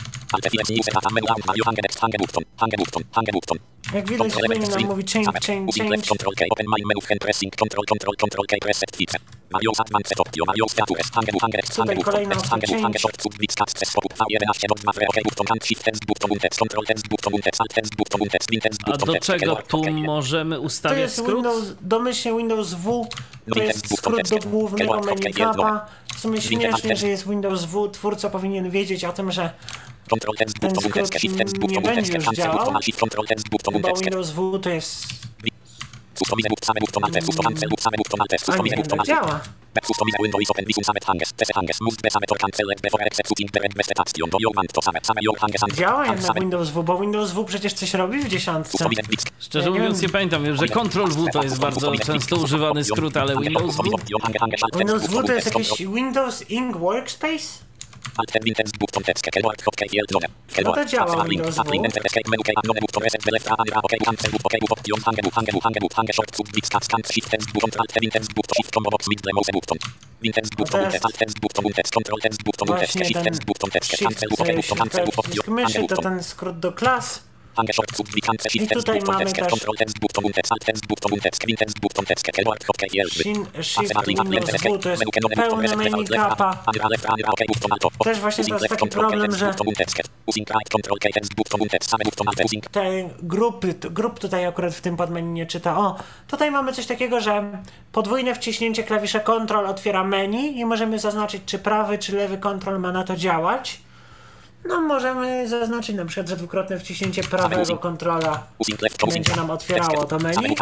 Jak widać, tutaj nam mówi change, change, change. Control K, open my menu, hand pressing, control, control, control K, press set feature. Mario advanced option, Mario status, hange, hange, hange, kolejna hange, opcja hange, hange, change. short, sub, blitz, cast, ses, pop, V jedenaście, dot dwa, OK, button, hand, shift, text, button, text, control, text, button, text, alt, text, button, text, win, text, A button, do text, czego keyboard, tu OK. możemy To ustawiać jest skrót? Windows, domyślnie Windows W, to jest skrót do głównego menu kapa. W sumie śmiesznie, że jest Windows W, twórca powinien wiedzieć o tym, że Control, text, ten button, skrót text, shift, text, nie button, będzie text, już cancel, działał. button, shift, control, text, button, Chyba text, Windows W to jest... customize, boot, same, button, alt, custom, cancel, boot, same, button, alt, A customize, nie, button, to alt, działa. Back customize window is open with same hanges, tese hanges, must be same to cancel it before executing the red best action, do you want to same, same your hanges and Działa and jednak same. Windows W, bo Windows W przecież coś robi w dziesiątce. Customize blitz, Szczerze Ja nie mówiąc wiem. nie pamiętam, wiem, że Control W to jest bardzo często używany skrót, ale Windows W... Windows W to jest jakiś Windows Ink Workspace? Alt tab Windows button text keyboard hotkey yield none. to działa Windows W. Link enter escape menu key none button reset the left and right OK cancel boot OK boot option hange boot hange boot hange boot hange short sub blitz cast cancel shift text button alt tab Windows button shift combo box mid mouse button. Windows button jest text alt text button text control text button text Właśnie shift ten text button text shift, cancel boot OK sobie button cancel boot przycisk option hange myszy to button. ten skrót do klas. Hange short sub blitz cancel shift I text tutaj button mamy text też- control text button text alt text button text Windows button text keyboard hotkey yield. Shin- Shift Windows W to jest pełne menu kapa. Też właśnie to jest taki problem, że te grupy, t- grup tutaj akurat w tym podmenu nie czyta. O, tutaj mamy coś takiego, że podwójne wciśnięcie klawisza Ctrl otwiera menu i możemy zaznaczyć, czy prawy, czy lewy Ctrl ma na to działać. No możemy zaznaczyć na przykład, że dwukrotne wciśnięcie prawego kontrola będzie nam otwierało to menu.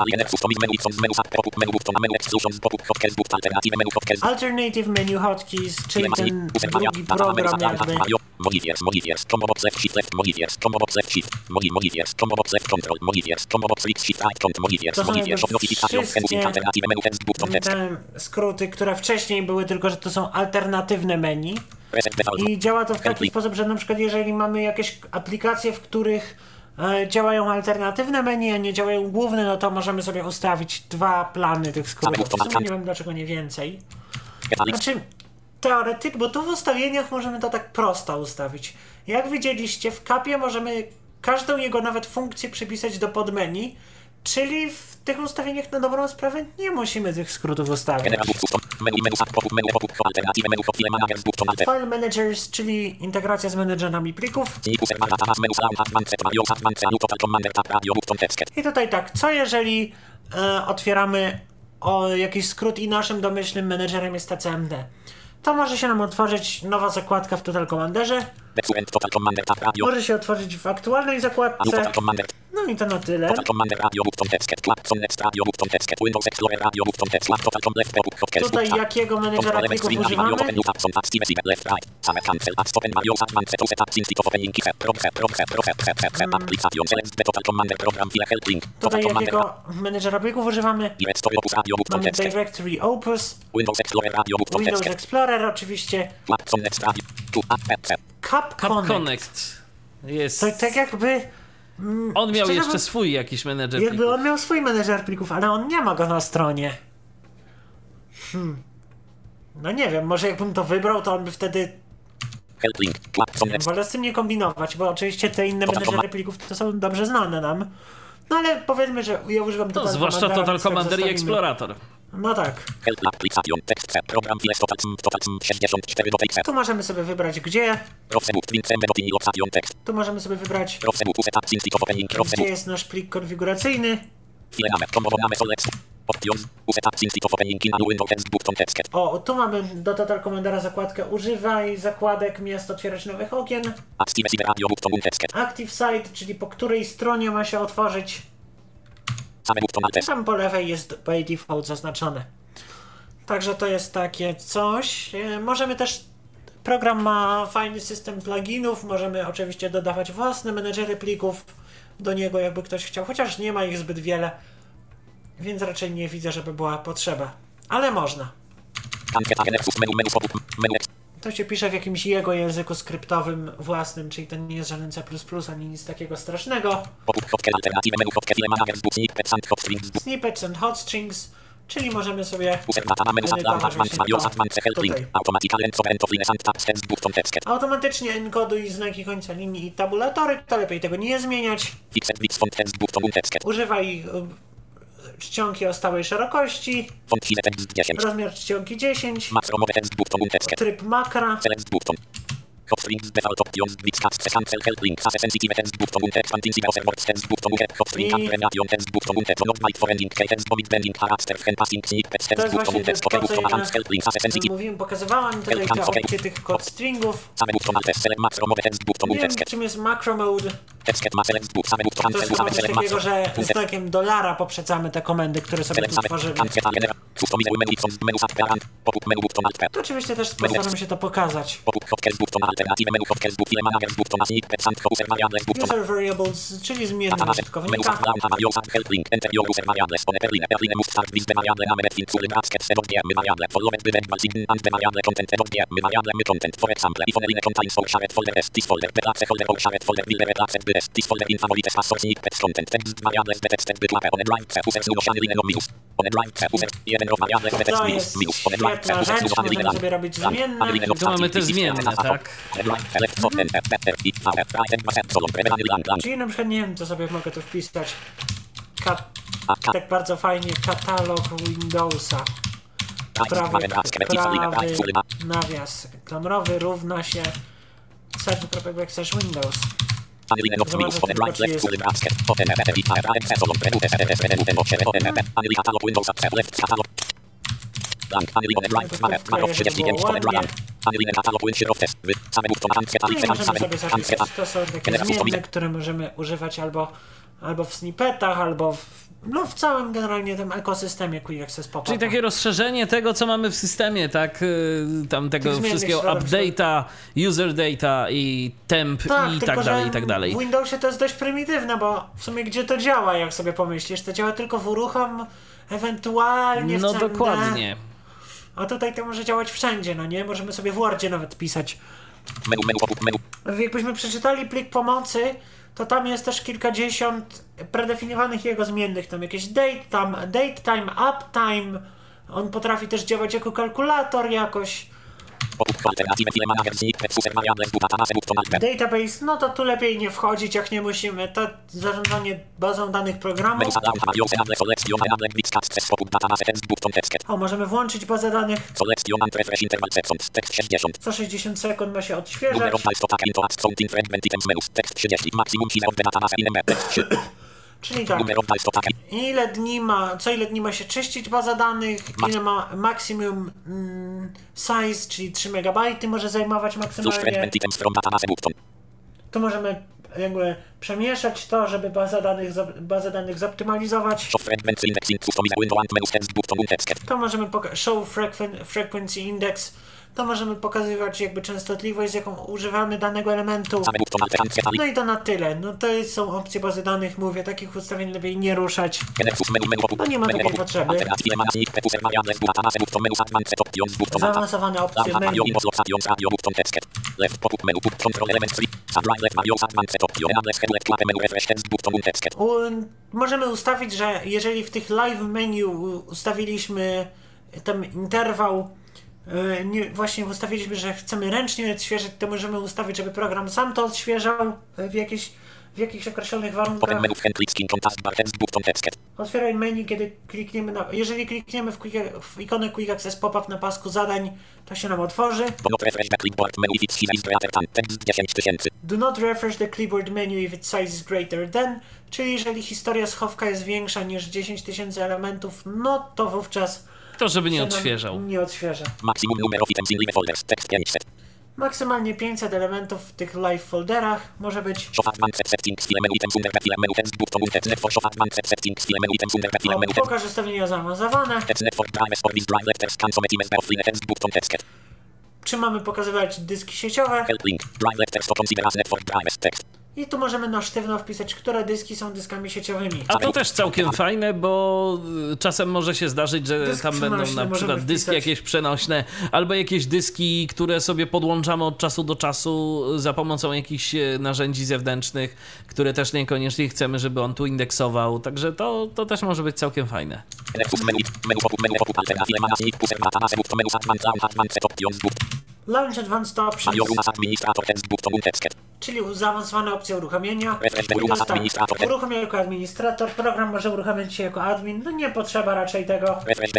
Alternative menu hotkeys, czyli ten drugi program jakby. Modifiers, modifiers, combo box left shift left modifiers, combo box left shift, modi modifiers, combo box left control, modifiers, combo box right shift right count, modifiers, To są modifiers, of jakby notification, wszystkie alternative menu text button text. te skróty, które wcześniej były, tylko że to są alternatywne menu. I działa to w taki sposób, że na przykład jeżeli mamy jakieś aplikacje, w których e, działają alternatywne menu, a nie działają główne, no to możemy sobie ustawić dwa plany tych skrótów. W sumie nie wiem dlaczego nie więcej. Znaczy, teoretycznie, bo tu w ustawieniach możemy to tak prosto ustawić. Jak widzieliście, w kapie możemy każdą jego nawet funkcję przypisać do podmenu, czyli w tych ustawieniach na dobrą sprawę nie musimy tych skrótów ustawiać. File Managers, czyli integracja z menedżerami plików. I tutaj tak, co jeżeli e, otwieramy o jakiś skrót i naszym domyślnym menedżerem jest T C M D? To może się nam otworzyć nowa zakładka w Total Commanderze. Może się otworzyć w aktualnej zakładce. No i to na tyle. Tutaj jakiego menedżera plików używamy? Tutaj jakiego menedżera plików używamy? Mamy Directory Opus, Windows Explorer oczywiście, Cap Connect. Connect. Jest. To tak jakby... Mm, on miał jeszcze mówiąc, swój jakiś menedżer jakby plików. on miał swój menedżer plików, ale on nie ma go na stronie. Hmm. No nie wiem, może jakbym to wybrał, to on by wtedy... Wolę z tym nie kombinować, bo oczywiście te inne menedżery plików to są dobrze znane nam. No ale powiedzmy, że ja używam Total No, zwłaszcza Total Commander i Explorator. No tak. Tu możemy sobie wybrać gdzie. Tu możemy sobie wybrać gdzie jest nasz plik konfiguracyjny. O, tu mamy do Total Commandera zakładkę używaj zakładek miast otwierać nowych okien. Active Site, czyli po której stronie ma się otworzyć. Tam po lewej jest by default zaznaczone. Także to jest takie coś. Możemy też... Program ma fajny system pluginów. Możemy oczywiście dodawać własne menedżery plików do niego, jakby ktoś chciał. Chociaż nie ma ich zbyt wiele. Więc raczej nie widzę, żeby była potrzeba. Ale można. To się pisze w jakimś jego języku skryptowym własnym, czyli to nie jest żaden C plus plus, ani nic takiego strasznego. Snippets and hot strings, czyli możemy sobie automatycznie enkoduj znaki końca linii i tabulatory, to lepiej tego nie zmieniać. Używaj czcionki o stałej szerokości, rozmiar czcionki dziesięć, tryb makra, mówiłem, pokazywałem tutaj te opcje tych code stringów. Nie wiem, czym jest macro mode. To jest chyba coś takiego, że znakiem dolara poprzedzamy te komendy, które sobie tu tworzymy. To oczywiście też postaram się to pokazać. User variables, czyli zmienne użytkownika. To jest świetna rzecz, możemy sobie robić zmienne. Tu mamy te zmienne, tak? Czyli na przykład nie wiem, co sobie mogę tu wpisać. Kat tak bardzo fajnie, katalog Windowsa. Prawy, prawy nawias klamrowy równa się server backslash Windows. Zobaczę tylko, czy jest... To są takie zmienne, które możemy używać albo, albo w snippetach, albo w, no w całym generalnie tym ekosystemie Quick Access Pop-upa. Czyli takie rozszerzenie tego, co mamy w systemie, tak? Tam tego wszystkiego update'a, user data i temp tak, i tylko, tak dalej, i tak dalej. W Windowsie to jest dość prymitywne, bo w sumie gdzie to działa, jak sobie pomyślisz, to działa tylko w uruchom, ewentualnie w No C M D. dokładnie. A tutaj to może działać wszędzie, no nie? Możemy sobie w Wordzie nawet pisać. Menu, menu, pop-up, menu. Jakbyśmy przeczytali plik pomocy, to tam jest też kilkadziesiąt predefiniowanych jego zmiennych. Tam jakieś date, tam date time, uptime. On potrafi też działać jako kalkulator jakoś. Database, no to tu lepiej nie wchodzić, jak nie musimy. To zarządzanie bazą danych programu. O, możemy włączyć bazę danych. Co sześćdziesiąt sekund ma się odświeżać. Czyli tak, ile dni ma, co ile dni ma się czyścić baza danych, ile ma maksimum mm, size, czyli trzy megabajty może zajmować maksymalnie. Tu możemy jakby przemieszać to, żeby baza danych, bazę danych zoptymalizować. To możemy pokazać show frequency index. To możemy pokazywać jakby częstotliwość, z jaką używamy danego elementu. No i to na tyle. No to są opcje bazy danych, mówię, takich ustawień lepiej nie ruszać. No nie ma takiej potrzeby. Zaawansowane opcje menu. U, możemy ustawić, że jeżeli w tych live menu ustawiliśmy ten interwał, Nie, właśnie ustawiliśmy, że chcemy ręcznie odświeżyć, to możemy ustawić, żeby program sam to odświeżał w, jakieś, w jakichś określonych warunkach. Otwieraj menu, kiedy klikniemy na... Jeżeli klikniemy w, quick, w ikonę Quick Access Pop-up na pasku zadań, to się nam otworzy. Do not refresh the clipboard menu if its size is greater than, czyli jeżeli historia schowka jest większa niż dziesięć tysięcy elementów, no to wówczas to żeby nie odświeżał. Nie odświeża. Maksymalnie pięćset elementów w tych live folderach może być. O, pokaż ustawienia zaawansowane. Czy mamy pokazywać dyski sieciowe? I tu możemy na sztywno wpisać, które dyski są dyskami sieciowymi. A to też całkiem fajne, bo czasem może się zdarzyć, że Dysk tam będą na przykład dyski jakieś przenośne, albo jakieś dyski, które sobie podłączamy od czasu do czasu za pomocą jakichś narzędzi zewnętrznych, które też niekoniecznie chcemy, żeby on tu indeksował. Także to, to też może być całkiem fajne. Launch Advanced Options, czyli zaawansowane opcje uruchomienia. Uruchomia jako administrator, program może uruchamiać się jako admin, no nie potrzeba raczej tego.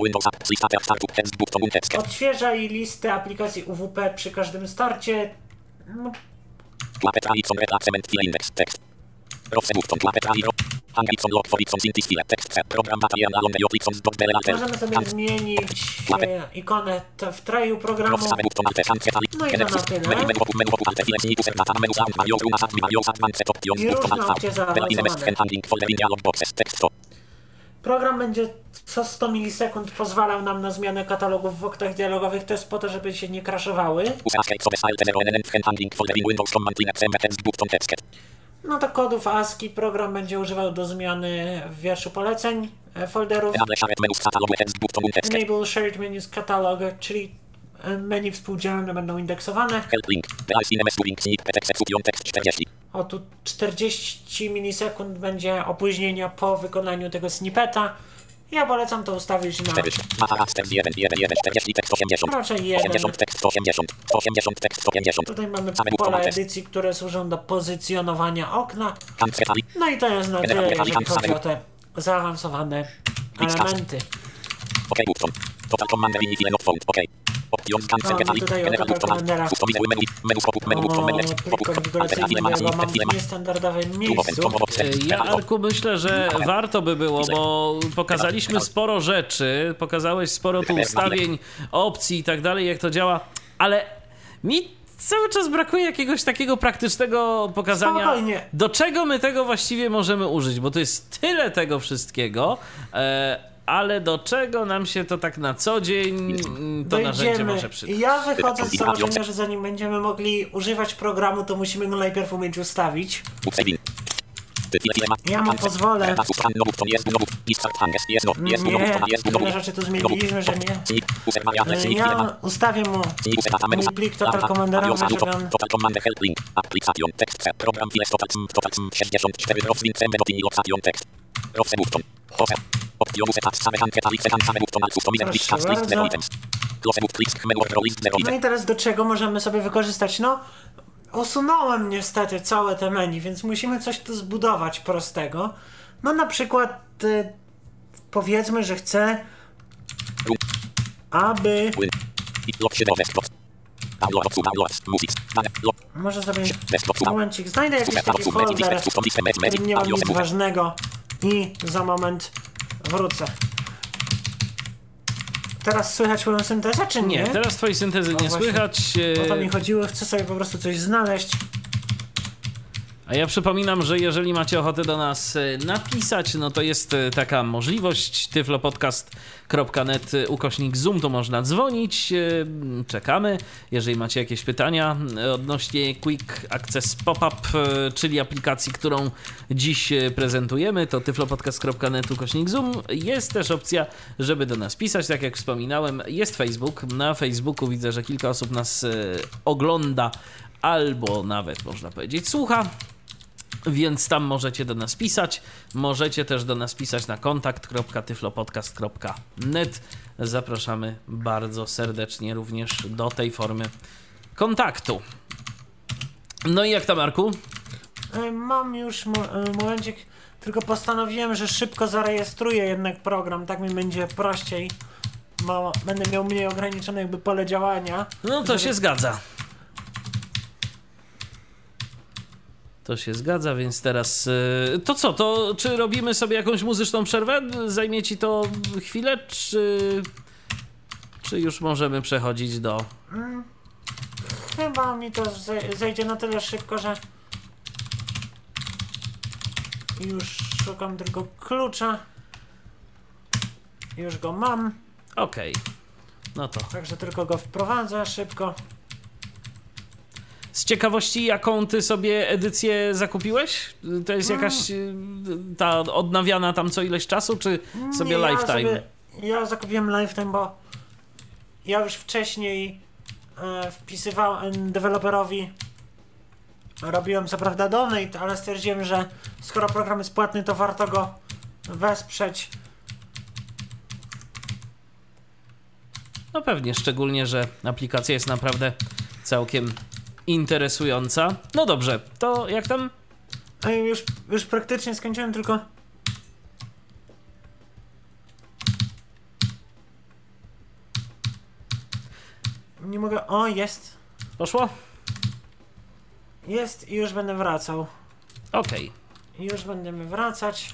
Odświeżaj listę aplikacji U W P przy każdym starcie. No. Możemy sobie zmienić e, ikonę w traju programu. No i to na tyle. I różne opcje zaawansowane. Program będzie co sto milisekund pozwalał nam na zmianę katalogów w oknach dialogowych. To jest po to, żeby się nie crashowały. No to kodów ASCII program będzie używał do zmiany w wierszu poleceń folderów. Enable Shared Menus Catalog, czyli menu współdzielne będą indeksowane. O, tu czterdzieści milisekund będzie opóźnienia po wykonaniu tego snippeta. Ja polecam to ustawić na raczej jeden. Tutaj mamy pola edycji, które służą do pozycjonowania okna. No i to jest na tyle, jeżeli chodzi o te zaawansowane elementy. Mamy tutaj Autopilot Commandera. O, plik konfiguracyjny go mam w niestandardowym miejscu. Ja, Arku, myślę, że warto by było, bo pokazaliśmy sporo rzeczy, pokazałeś sporo tu ustawień, opcji i tak dalej, jak to działa, ale mi cały czas brakuje jakiegoś takiego praktycznego pokazania, Spokojnie. do czego my tego właściwie możemy użyć, bo to jest tyle tego wszystkiego, e, ale do czego nam się to tak na co dzień to Dojdziemy. narzędzie może przydać? Ja wychodzę z założenia, że zanim będziemy mogli używać programu, to musimy go najpierw umieć ustawić. Ja mu pozwolę. Nie, tyle rzeczy tu zmieniliśmy, że nie. Ja ustawię mu mój plik Total Commanderowy, żeby on... No i teraz do czego możemy sobie wykorzystać? No, usunąłem niestety całe te menu, więc musimy coś tu zbudować prostego. No na przykład y, powiedzmy, że chcę, aby... Może sobie momencik znajdę jakiś taki folder, w którym nie mam nic ważnego i za moment wrócę. Teraz słychać moją syntezę, czy nie? Nie, teraz twojej syntezy no nie właśnie, słychać. O to mi chodziło, chcę sobie po prostu coś znaleźć. A ja przypominam, że jeżeli macie ochotę do nas napisać, no to jest taka możliwość. tyflopodcast kropka net ukośnik Zoom, to można dzwonić. Czekamy. Jeżeli macie jakieś pytania odnośnie Quick Access Pop-up, czyli aplikacji, którą dziś prezentujemy, to tyflopodcast kropka net ukośnik Zoom. Jest też opcja, żeby do nas pisać. Tak jak wspominałem, jest Facebook. Na Facebooku widzę, że kilka osób nas ogląda albo nawet, można powiedzieć, słucha. Więc tam możecie do nas pisać. Możecie też do nas pisać na kontakt kropka tyflopodcast kropka net. Zapraszamy bardzo serdecznie również do tej formy kontaktu. No i jak tam, Marku? Mam już mo- momencik, tylko postanowiłem, że szybko zarejestruję jednak program, tak mi będzie prościej, bo będę miał mniej ograniczone jakby pole działania. No to żeby... się zgadza. To się zgadza, więc teraz... To co, to czy robimy sobie jakąś muzyczną przerwę? Zajmie ci to chwilę, czy... Czy już możemy przechodzić do... Hmm. Chyba mi to zejdzie na tyle szybko, że... Już szukam tylko klucza. Już go mam. Okej. Okay. No to... Także tylko go wprowadzę szybko. Z ciekawości, jaką ty sobie edycję zakupiłeś? To jest jakaś ta odnawiana tam co ileś czasu, czy sobie Nie, lifetime? Ja, sobie, ja zakupiłem lifetime, bo ja już wcześniej e, wpisywałem deweloperowi, robiłem co prawda donate, ale stwierdziłem, że skoro program jest płatny, to warto go wesprzeć. No pewnie, szczególnie, że aplikacja jest naprawdę całkiem interesująca. No dobrze, to jak tam? A już, już praktycznie skończyłem, tylko... Nie mogę... O, jest. Poszło? Jest i już będę wracał. Okej. Okay. Już będziemy wracać.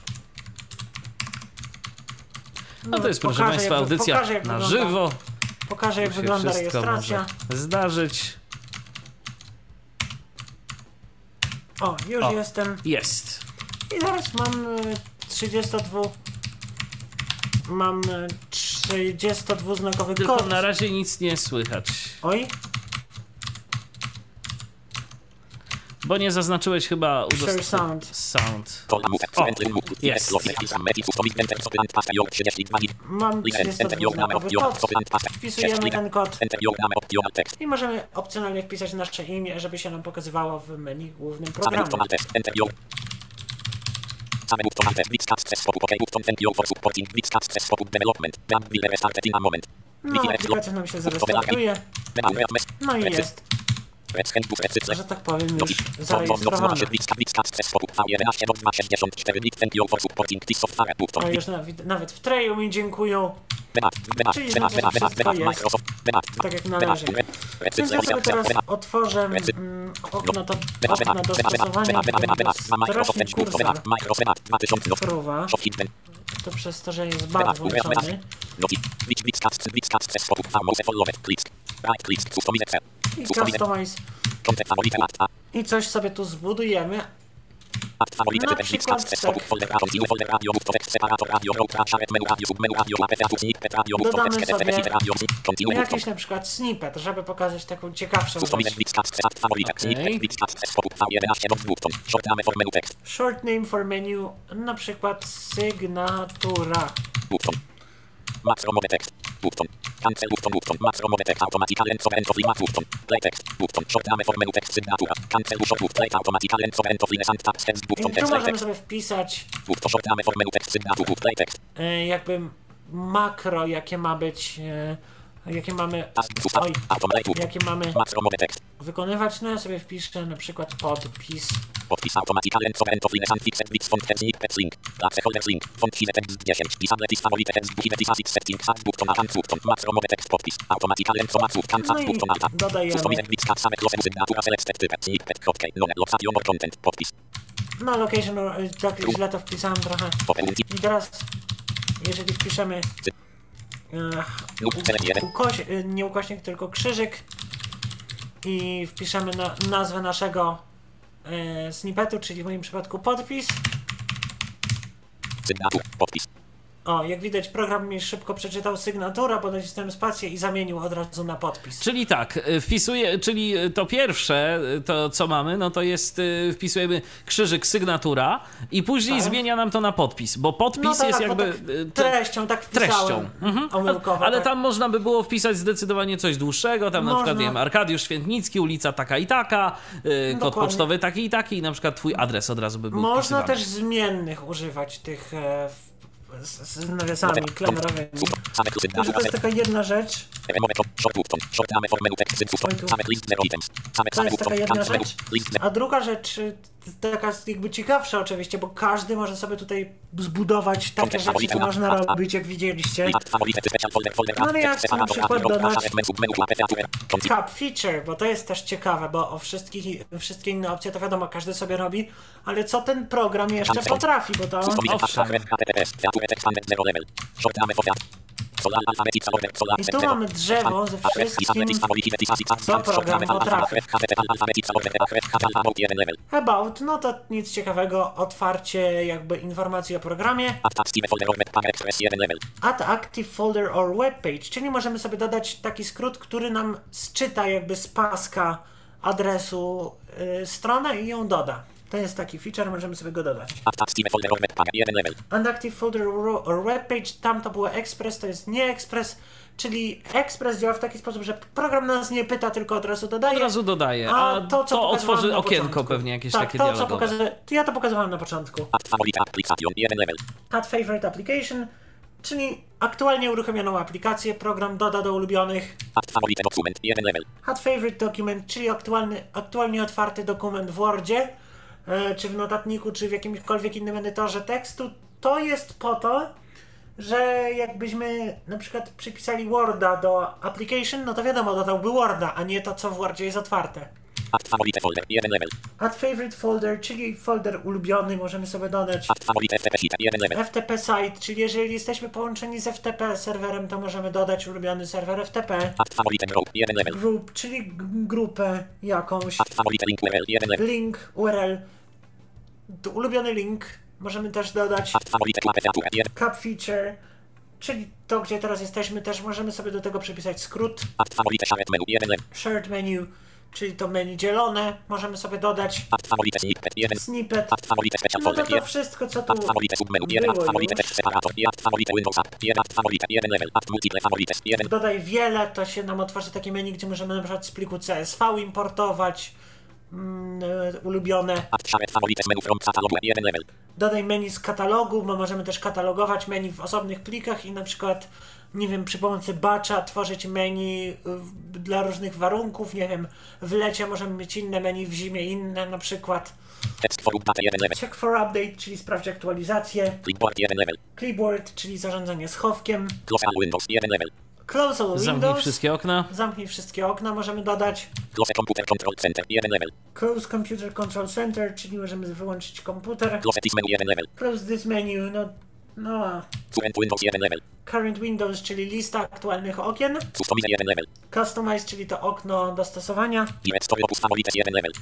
No, no to jest, proszę Państwa, jak, audycja pokażę, jak na wygląda, żywo. Pokażę, jak wygląda rejestracja. Zdarzyć. O, już o, jestem. Jest. I teraz mam trzydziestodwu... Mam trzydziestodwuznakowy Tylko kod. na razie nic nie słychać. Oj. Bo nie zaznaczyłeś chyba udostępnienia. Sound. Sound. O, jest. Mam trzydziestodwuznakowy kod. Wpisujemy ten kod. I możemy opcjonalnie wpisać nasze imię, żeby się nam pokazywało w menu głównym programu. No, aplikacja nam się zarejestruje. No i jest. Że tak powiem, już zarejestrowana. No już nawet, nawet w treju mi dziękują. Czyli znaczy, że wszystko jest tak jak należy. Więc ja sobie teraz otworzę mm, okno, to, okno dostosowania, strasznie kursor fruwa. To przez to, że jest bar włączony. I customize. I coś sobie tu zbudujemy. Na przykład tak. Dodamy sobie jakiś na przykład snippet, żeby pokazać taką ciekawszą rzecz. Okay. Short name for menu, na przykład sygnatura. Macromowy tekst. Button. Cancel button button. Macromowy tekst. Automatically end of end of line button. Play text. Button. Short name for menu tekst sygnatura. Cancel short button. Play automatically end of end of line and tab text button. I tu Text możemy text. sobie wpisać Button. Short name for menu tekst sygnatura. Play text. e, jakby makro, jakie ma być, e, jakie mamy, oj, jakie mamy Macromowy tekst. wykonywać. No ja sobie wpiszę na przykład podpis. Podpis automatically end of end of line and fixed bits font text snippet link. Placeholder link. Font size text dziesięć. Disable tis favorite text buchile disasix setting cut button and button. Macromowy tekst podpis. Automatically end of maców cancel No i button alta. dodajemy. Customize bits cut same close sygnatura selected type snippet kropkę. No location or content podpis. No location, y, tak źle to wpisałem trochę. I teraz, jeżeli wpiszemy e, ukoś, y, nie ukośnik, tylko krzyżyk i wpiszemy na, nazwę naszego e, snippetu, czyli w moim przypadku podpis. Sygnatura, podpis. O, jak widać, program mi szybko przeczytał sygnaturę, bo nacisnąłem spację i zamienił od razu na podpis. Czyli tak, wpisuję, czyli to pierwsze, to co mamy, no to jest, wpisujemy krzyżyk sygnatura i później tak. zmienia nam to na podpis, bo podpis no tak, jest jakby... Tak treścią, tak wpisałem. Treścią. Mhm. Omyłkowo, Ale tak. tam można by było wpisać zdecydowanie coś dłuższego, tam na Można. przykład, nie wiem, Arkadiusz Świętnicki, ulica taka i taka, yy, kod Dokładnie. pocztowy taki i taki i na przykład twój adres od razu by był Można wpisywany. też zmiennych używać tych e, z, z nawiasami klamerowymi. Także to jest taka jedna rzecz. To jest taka jedna rzecz. A druga rzecz, taka jakby ciekawsza oczywiście, bo każdy może sobie tutaj zbudować takie rzeczy, co można robić, jak widzieliście. No ale ja chcę na przykład dodać Cap Feature, bo to jest też ciekawe, bo o wszystkich, wszystkie inne opcje to wiadomo, każdy sobie robi, ale co ten program jeszcze potrafi, bo to... Owszem. I tu mamy drzewo ze wszystkim, co program potrafi. About, no to nic ciekawego, otwarcie jakby informacji o programie. Add active folder or webpage, czyli możemy sobie dodać taki skrót, który nam zczyta jakby z paska adresu y, stronę i ją doda. To jest taki feature, możemy sobie go dodać. Unactive folder or webpage, tam to było Express, to jest nie Express, czyli Express działa w taki sposób, że program nas nie pyta, tylko od razu dodaje. Od razu dodaje, a, a to, co to otworzy na okienko początku. pewnie jakieś tak, takie to, dialogowe. Co pokazuje, to ja to pokazywałem na początku. Add favorite application, czyli aktualnie uruchomioną aplikację program doda do ulubionych. Add favorite document, czyli aktualny, aktualnie otwarty dokument w Wordzie, czy w notatniku, czy w jakimkolwiek innym edytorze tekstu. To jest po to, że jakbyśmy na przykład przypisali Worda do application, no to wiadomo, dodałby Worda, a nie to, co w Wordzie jest otwarte. Add favorite folder, jeden level. Add favorite folder, czyli folder ulubiony, możemy sobie dodać. Add favorite F T P sheet, jeden level. F T P site, czyli jeżeli jesteśmy połączeni z F T P serwerem, to możemy dodać ulubiony serwer F T P. Add favorite group, jeden level. Group, czyli g- grupę jakąś. Add favorite link U R L, jeden level. Link, U R L. To ulubiony link możemy też dodać. Add favorite clap feature, jeden. Cap feature, czyli to, gdzie teraz jesteśmy, też możemy sobie do tego przypisać skrót. Add favorite shared menu, jeden level. Shared menu, czyli to menu dzielone, możemy sobie dodać. Add favorite snippet, jeden. Snippet. Add favorite special No folder, to to jeden. wszystko, co tu Add favorite submenu, jeden. Add było favorite już. text separator, add favorite Windows app, jeden. Add favorite, jeden level. Add multiple favorites, jeden. Dodaj wiele, to się nam otworzy takie menu, gdzie możemy na przykład z pliku C S V importować mm, e, ulubione. Add shared favorites menu from catalogu, jeden level. Dodaj menu z katalogu, bo możemy też katalogować menu w osobnych plikach i na przykład, nie wiem, przy pomocy batcha tworzyć menu y, dla różnych warunków, nie wiem, w lecie możemy mieć inne menu, w zimie inne na przykład. Text for update, jeden level. Check for update, czyli sprawdź aktualizację. Clipboard, jeden level. Clipboard, czyli zarządzanie schowkiem. Close all Windows, jeden level. Close all Zamknij Windows. wszystkie okna. Zamknij wszystkie okna, możemy dodać. Close computer control center, jeden level. Close Computer Control Center, czyli możemy wyłączyć komputer. Close this menu, jeden level. Close this menu, no, no. Current Windows, jeden level. Current Windows, czyli lista aktualnych okien. Customize, jeden level. Customize, czyli to okno dostosowania. Direct Story Opus Favorites, jeden level.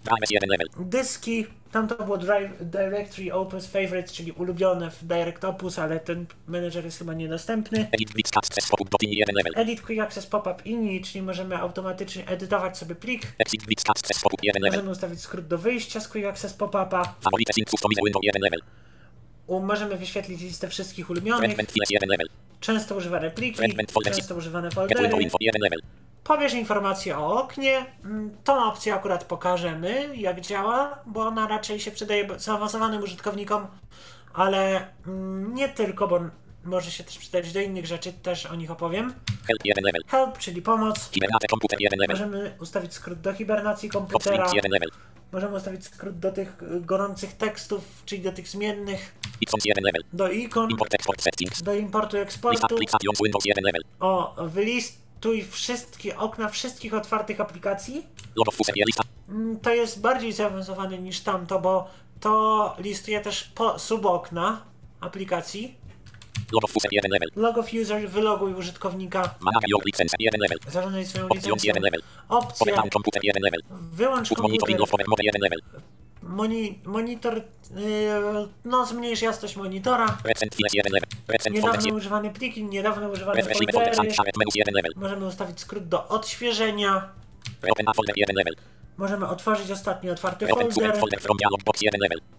Drive jeden level. Dyski, tam to było drive, Directory Opus Favorites, czyli ulubione w Direct Opus, ale ten menedżer jest chyba niedostępny. Edit Blitz Access Pop-up do jeden level. Edit Quick Access Pop-up Ini, czyli możemy automatycznie edytować sobie plik. Exit Blitz Access Pop-up jeden level. Możemy ustawić skrót do wyjścia z Quick Access Pop-upa. Favorite Sync Customize Window jeden level. U, możemy wyświetlić listę wszystkich ulubionych. Fragment Files jeden level. Często używane pliki, Fragment folders. często używane Get Window foldery. Info jeden level. Pobierz informacje o oknie. Mm, Tą opcję akurat pokażemy, jak działa, bo ona raczej się przydaje zaawansowanym użytkownikom, ale mm, nie tylko, bo może się też przydać do innych rzeczy, też o nich opowiem. Help jeden level. Help, czyli pomoc. Hibernate Komputer jeden level. Możemy ustawić skrót do hibernacji Hot komputera. Links jeden level. Możemy ustawić skrót do tych y, gorących tekstów, czyli do tych zmiennych. Icons jeden level. Do ikon, Import Export Settings. do importu, List eksportu. Applications Windows jeden level. O, wylistuj wszystkie okna wszystkich otwartych aplikacji. Logo Fuse lista. Mm, To jest bardziej zaawansowane niż tamto, bo to listuje też po subokna aplikacji. Logo Fuse jeden level. Log of user, wyloguj użytkownika. Manage your license jeden level. Zarządzaj swoją Options licencją. jeden level. Opcje. Power down Computer jeden level. Wyłącz Put monitoring komputer. of Power Mode jeden level. Moni monitor, yy, no zmniejsz jasność monitora. Recent Files jeden level. Recent Folders Niedawno używane pliki, niedawno używane Refresh Folders foldery. and Shared Menus jeden level. Możemy ustawić skrót do odświeżenia. Reopen a folder jeden level. Możemy otworzyć ostatni otwarty Reopen folder. current folder from dialog box jeden level.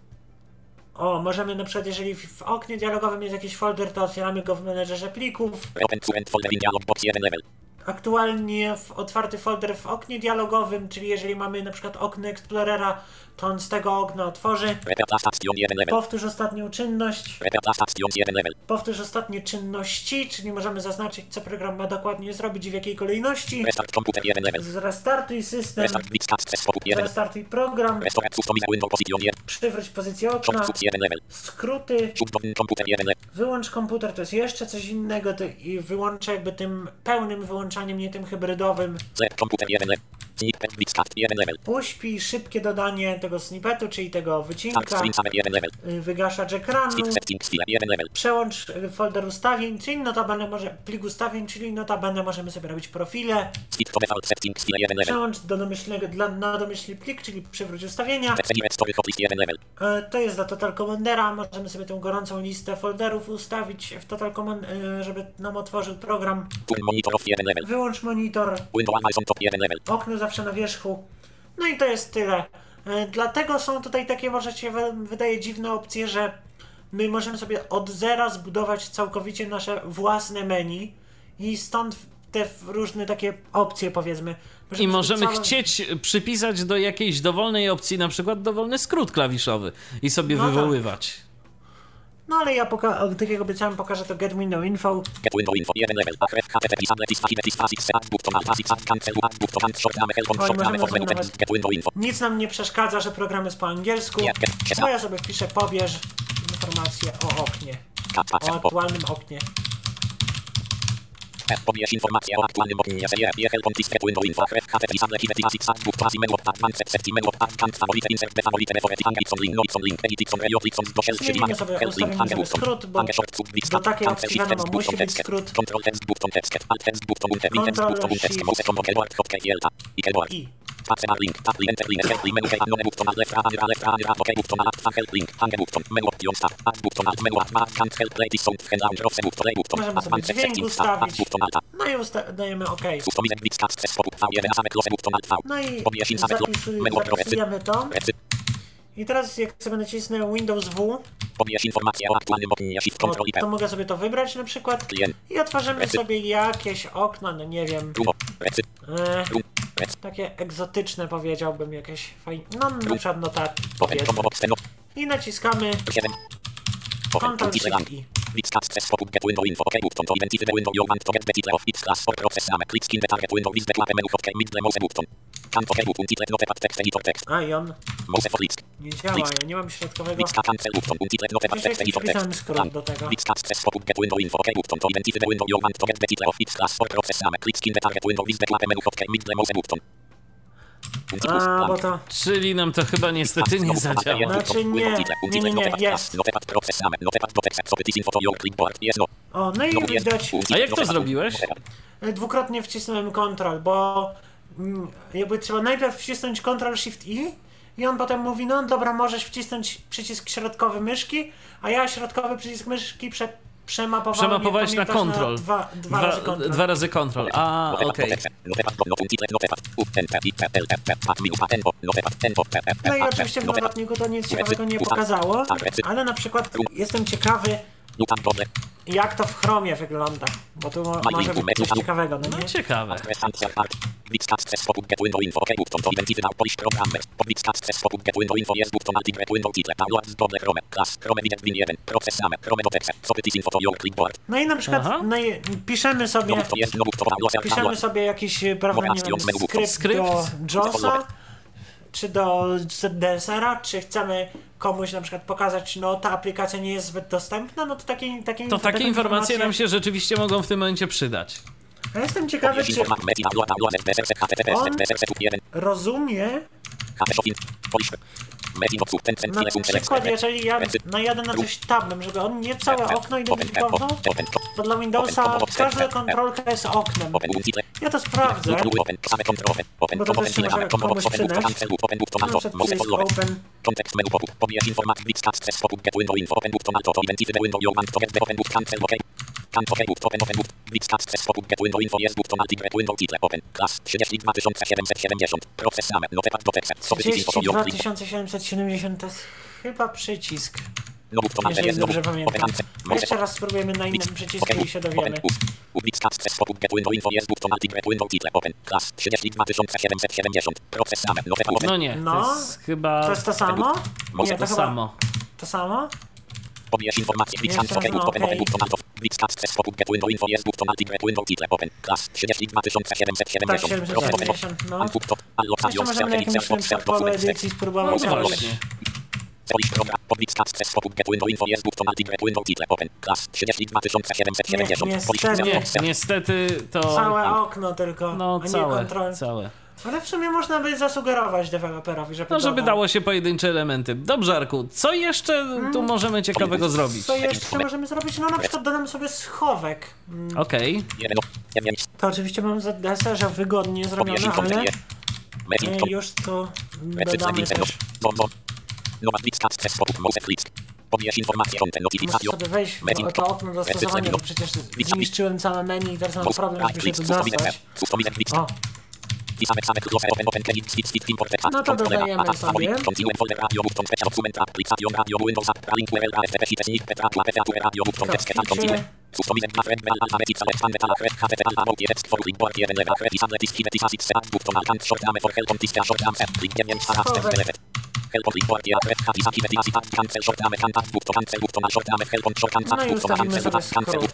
O, możemy na przykład, jeżeli w, w oknie dialogowym jest jakiś folder, to otwieramy go w menedżerze plików. Reopen current folder in dialog box jeden level. Aktualnie w otwarty folder w oknie dialogowym, czyli jeżeli mamy na przykład okno Explorera, to on z tego okna otworzy. Repeat last action jeden level. Powtórz ostatnią czynność. Repeat last actions jeden level. Powtórz ostatnie czynności, czyli możemy zaznaczyć, co program ma dokładnie zrobić i w jakiej kolejności. Restart computer jeden level. Zrestartuj system. Restart Blitz Access Pop-up jeden. Zrestartuj program. Restore Customize Window Position jeden. Przywróć pozycję okna. Shortcuts jeden level. Skróty. Shutdown Computer jeden level. Wyłącz komputer, to jest jeszcze coś innego to i wyłączę jakby tym pełnym wyłączaniem, nie tym hybrydowym. Zep Computer jeden level. Snippet Blitz Cast jeden level. Uśpij szybkie dodanie tego snippetu, czyli tego Start wycinka. Screen Saver jeden level. y, Wygaszacz ekranu. Skip Settings File jeden level. Przełącz y, folder ustawień, czyli notabene może plik ustawień, czyli notabene możemy sobie robić profile. Skip to Default Settings File jeden level. Przełącz do domyślnego, dla, na domyślny plik, czyli przywróć ustawienia. Reset Story Hotlist jeden level. Y, To jest dla Total Commandera. Możemy sobie tę gorącą listę folderów ustawić w Total Command, y, żeby nam otworzył program. Turn Monitor Off jeden level. Wyłącz monitor. Window Always on Top jeden level. Okno zawsze na wierzchu. No i to jest tyle. E, Dlatego są tutaj takie, może się wy- wydaje dziwne opcje, że my możemy sobie od zera zbudować całkowicie nasze własne menu i stąd te różne takie opcje, powiedzmy. I możemy całe- chcieć przypisać do jakiejś dowolnej opcji, na przykład dowolny skrót klawiszowy i sobie No tak. wywoływać. No ale ja poka- tak jak obiecałem, pokażę to Get Window Info. Get Window Info jeden level. Achref H T T P Disable List File List Fasis Seat Button Alt Fasis Alt Cancel Alt Button Alt Short Name Help on Oj, Short Name możemy for Menu sobie Text. Get Window Info. Nic nam nie przeszkadza, że program jest po angielsku. Nie, get- No ja sobie wpiszę pobierz informacje o oknie. Kat O Pacer. aktualnym oknie. Pobierz informacje o aktualnym oknie. Je Help on List Get Window Info. Achref H T T P Disable List Fasis Alt Button Menu Advanced Setti Menu Advanced Favorite Insert The Favorite Default Hang Ipson Link No Ipson Link Edit Ipson Reyo Ipson do Shell trzy Zmienimy sobie, Help Link ustawimy Hang sobie Button. skrót, bo Hang Short Sub Blitz do takiej Cancel opcji Shift wiadomo, Text musi Button być Text. skrót. Control Text Button Text. Alt Text Button Unter Index Control Button Text. Shift. Mouse Combo Keyboard Hot Keyboard I Keyboard. I. Spacebar link, tab enter line, help menu key unknown button alt left hand left hand up ok button alt help link, hang button, menu options tab, add button alt menu add can't help play this sound hand launcher offset button play button, Możemy sobie advanced dźwięk settings tab, add ustawić. button alt. No i usta- dajemy OK. Customize blitz cast przez pop V jeden same close button alt V. No i Pobierz in same zapisuj- menu options. zapisujemy to. Recy. I teraz jak sobie nacisnę Windows W, Pobierz informacje o aktualnym oknie shift o, control I P. to mogę sobie to wybrać na przykład Klient. i otworzymy Recy. sobie jakieś okno, no nie wiem, Rumo. Recy. e, Rum. Recy. takie egzotyczne powiedziałbym, jakieś fajne, no na przykład notat, Potem powiedzmy. combo box ten. I naciskamy siedem. Potem Control title lang. Shift I. Blitz cast przez pop get window info ok button to identify the window you want to get the title of its class or process name. Click skin the target window with the clap menu hot key mid the mouse button. Can't ok button title notepad text editor text. A i on Mouse for Lick. nie działa, ja nie mam środkowego. Blitz cancel button untitle notepad Przecież text jak editor wpisałem text. skrót do tego. Blitz cast przez pop get window info ok button to identify the window you want to get the title of its class or process name. Click skin the target window with the clap menu hot key mid the mouse button. A, bo to... Czyli nam to chyba niestety nie zadziała. Znaczy nie, nie, nie, nie, jest. Notepad process name. Notepad do text. So this info for your clipboard. Yes, no. O, no i widać, A jak to zrobiłeś? dwukrotnie wcisnąłem Ctrl, bo mm, jakby trzeba najpierw wcisnąć Ctrl Shift I i on potem mówi, no dobra, możesz wcisnąć przycisk środkowy myszki, a ja środkowy przycisk myszki prze, przemapowałem. Przemapowałeś na kontrol. Na dwa, dwa, dwa, razy kontrol. dwa razy kontrol. A, okej. No i oczywiście w notatniku to nic ciekawego nie pokazało, ale na przykład jestem ciekawy, jak to w Chromie wygląda, bo tu mo- może być coś ciekawego, no nie? No ciekawe. No i na przykład no i piszemy sobie piszemy sobie jakiś, prawda, nie wiem, skrypt, Skrypt do JOSa, czy do Z D S R a, czy chcemy komuś na przykład pokazać, no ta aplikacja nie jest zbyt dostępna, no to takie, takie, To takie informacje nam się rzeczywiście mogą w tym momencie przydać. Ja jestem ciekawy, czy on rozumie. Na przykład, jeżeli ja najadę na coś tabem, żeby on nie całe okno identyfikował, to dla Windowsa każda kontrolka jest oknem. Ja to sprawdzę, bo to też się może komuś przydać. Na przykład tu jest open. Kontekst menu pop-up. Pobierz informację Blitz Task Test Pop-up Get Window Info Open Book to Alto to Identify the Window You Want to Get the Open Book Cancel OK. Cancel OK Book Open Open Book Blitz Task Test Pop-up Get Window Info Jest Book to Multi Get Window Title Open Class trzydzieści dwa tysiące siedemset siedemdziesiąt Proces Same Notepad do tekst trzydzieści dwa tysiące siedemset siedemdziesiąt to jest chyba przycisk. No Book to Multi Jeżeli dobrze pamiętam. No Jeszcze raz spróbujemy na innym przycisku i się dowiemy. Blitz Task Test Pop-up Get Window Info Jest Book to Multi Get Window Title Open Class trzydzieści dwa tysiące siedemset siedemdziesiąt Proces Same Notepad Open. No nie, to No. jest chyba... To jest to samo? Nie, to to chyba samo. to samo? Pobierz informację Blitz Task Open Book Open Open Book to Alto Blitz Task Test Pop-up Get Window Info Jest Book to Multi Get Window Title Open Class trzydzieści dwa tysiące siedemset siedemdziesiąt Tak, siedemset siedemdziesiąt, no. Jeszcze możemy na jakimś naszym polu edycji spróbować. No właśnie. Polish program. Blitz Task Test Pop-up Get Window Info Jest Book to Multi Get Window Title Open Class trzydzieści dwa tysiące siedemset siedemdziesiąt Nie, Nie, niestety to... Całe okno tylko, No a nie całe, kontrol. całe. Ale w sumie można by zasugerować deweloperowi, żeby No żeby dodał. dało się pojedyncze elementy. Dobrze, Arku, co jeszcze tu możemy ciekawego zrobić? Co jeszcze możemy zrobić? No na przykład dodam sobie schowek. Mm, Okej. To oczywiście mam z D S R ze wygodnie zrobione, ale e, już tu dodamy też. Pobierz informację kontent Muszę notyfikacją. sobie wejść w to okno dostosowania, bo przecież zniszczyłem całe menu i teraz mam problem, żeby się tu dostać. O. No to dodajemy sobie. No i ustawimy sobie skrót.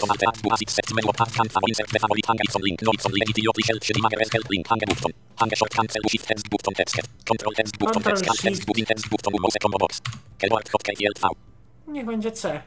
Niech będzie C.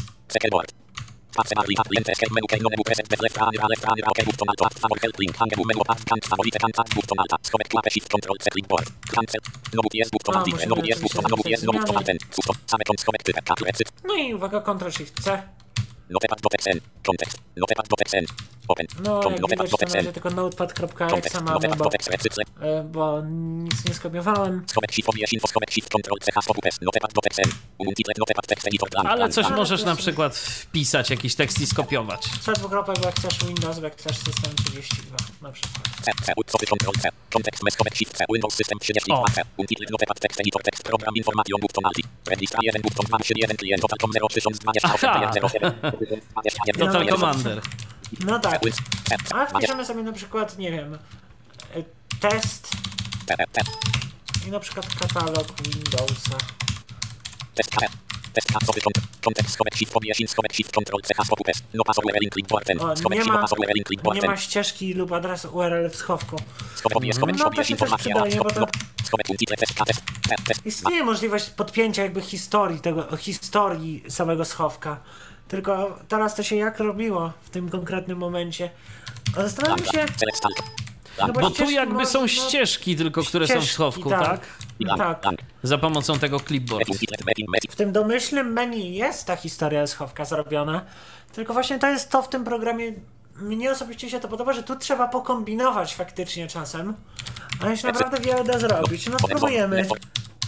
No i uwaga, Ctrl Shift C. Notepad do tekst N. Kontekst. Notepad do tekst N. Open. No jak Notepad widać do to tekst na N. razie tylko notepad.exe Kontekst. mamy, Notepad bo, do tekst recykle. e, bo nic nie skopiowałem. Schowek shift pobierz info schowek shift control C H stop S. Notepad do tekst N. Untitled notepad tekst editor plan. Ale coś Ale możesz to na jest- przykład wpisać, jakiś tekst i skopiować. C dwukropek, bo jak chcesz Windows, bo jak chcesz System trzydzieści dwa na przykład. C, C, copy control C. Kontekst mes schowek shift C. Windows System trzydzieści dwa C. Untitled notepad tekst editor tekst program informacją button alti. Registra jeden button dwa jeden klient total com zero tysiąc dwadzieścia osiem Aha. zero siedem. Total Commander. No tak. A wpiszemy sobie na przykład, nie wiem, y, test i na przykład katalog Windowsa. Test K. Test K. Copy kontekst schowek shift pobierz in schowek shift control C H stop S. No password link click button. O, Schowek nie shift ma, password link click nie button. ma ścieżki lub adresu U R L w schowku. Schowek pobierz schowek No to pobierz się też informację. przydaje, bo to Schowek untitled test K. Test. Test. istnieje możliwość podpięcia jakby historii tego, historii samego schowka. Tylko teraz to się jak robiło w tym konkretnym momencie. A zastanawiam się, Select start. no Bo tu ścieżki jakby są można- ścieżki tylko, które są w ścieżki, schowku, tak? Tak. Tak. Za pomocą tego clipboard. W tym domyślnym menu jest ta historia schowka zrobiona, tylko właśnie to jest to w tym programie, mnie osobiście się to podoba, że tu trzeba pokombinować faktycznie czasem, ale się naprawdę wiele da zrobić. No spróbujemy.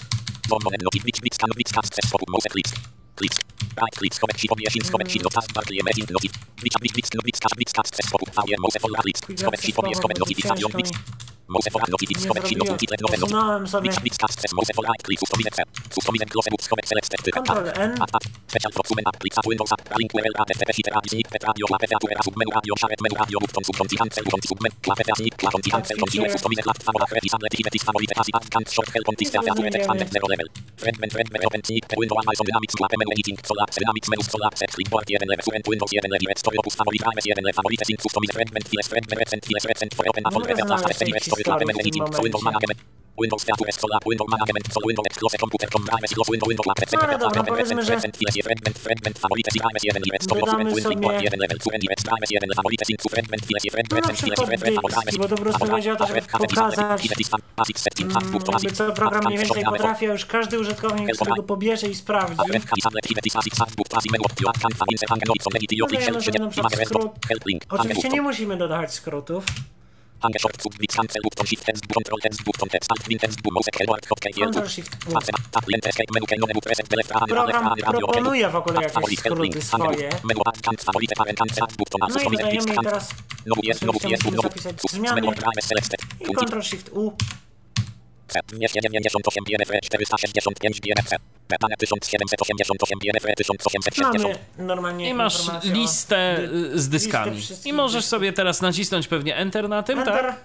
Moment, no, bit, bit, scan, bit, cast, test, pop-up, mouse, click. Click. Right, click, schowek, shift, obie, shift, schowek, shift, no, task, bar, clear, edit, no, bit, bit, bit, bit, no, bit, cast, bit, cast, test, pop-up, fire, mouse, folder, click. Schowek, shift, obie, schowek, notification, bit. Mouse, folder, notification, schowek, shift, no, title, no, no, bit, bit, cast, test, mouse, folder, click, customize, customize, close, book, schowek, select, test, Control N. Special document, app, click, Windows, app, link, U R L, app, F F, radio, snick, pet, radio, app, F A, submenu, radio, shared, menu, radio, button, subton, cancel, button, submen, clap, F A, snick, clap, cancel, continue, customize, last, favorite, ready, sublet, edit, favorite, as, add, can't, short, help, on, this, favorite, expanded, zero level. Fragment, fragment, open, snick, window, Amazon, Dynamics, clap, menu, editing, collapse, Dynamics, menus, collapse, clipboard, jeden level, fluent, Windows, jeden level, store, opus, favorite, iOS, jeden level, favorite, sync, customize, fragment, files, fragment, recent, files, recent, for open, folder, F A, storage, storage, clap, menu, editing, Windows, management. Windows Status Collab, Windows Management, Sol, Windows Close Computer, Compromise, Close Windows, Windows Lab, Second, Ale dobra, powiedzmy, że Fragment, Fragment, Favorite, I M S jeden, Livet, Stop, Document, Windows, jeden level, two, Livet, I M S jeden, Favorite, Sync, Fragment, Files, Fragment, no na przykład Dixie, bo to po prostu chodzi o to, żeby pokazać, jakby co program mniej więcej potrafi, a już każdy użytkownik sobie go pobierze i sprawdzi. Dodajemy sobie na przykład skrót. Oczywiście nie musimy dodawać skrótów. Program proponuje w ogóle jakieś skróty swoje. No i dodajemy jej teraz, oczywiście musimy zapisać zmiany i Ctrl Shift U. Mamy normalnie i masz listę o, z dyskami. I możesz sobie teraz nacisnąć pewnie Enter na tym, Enter. tak?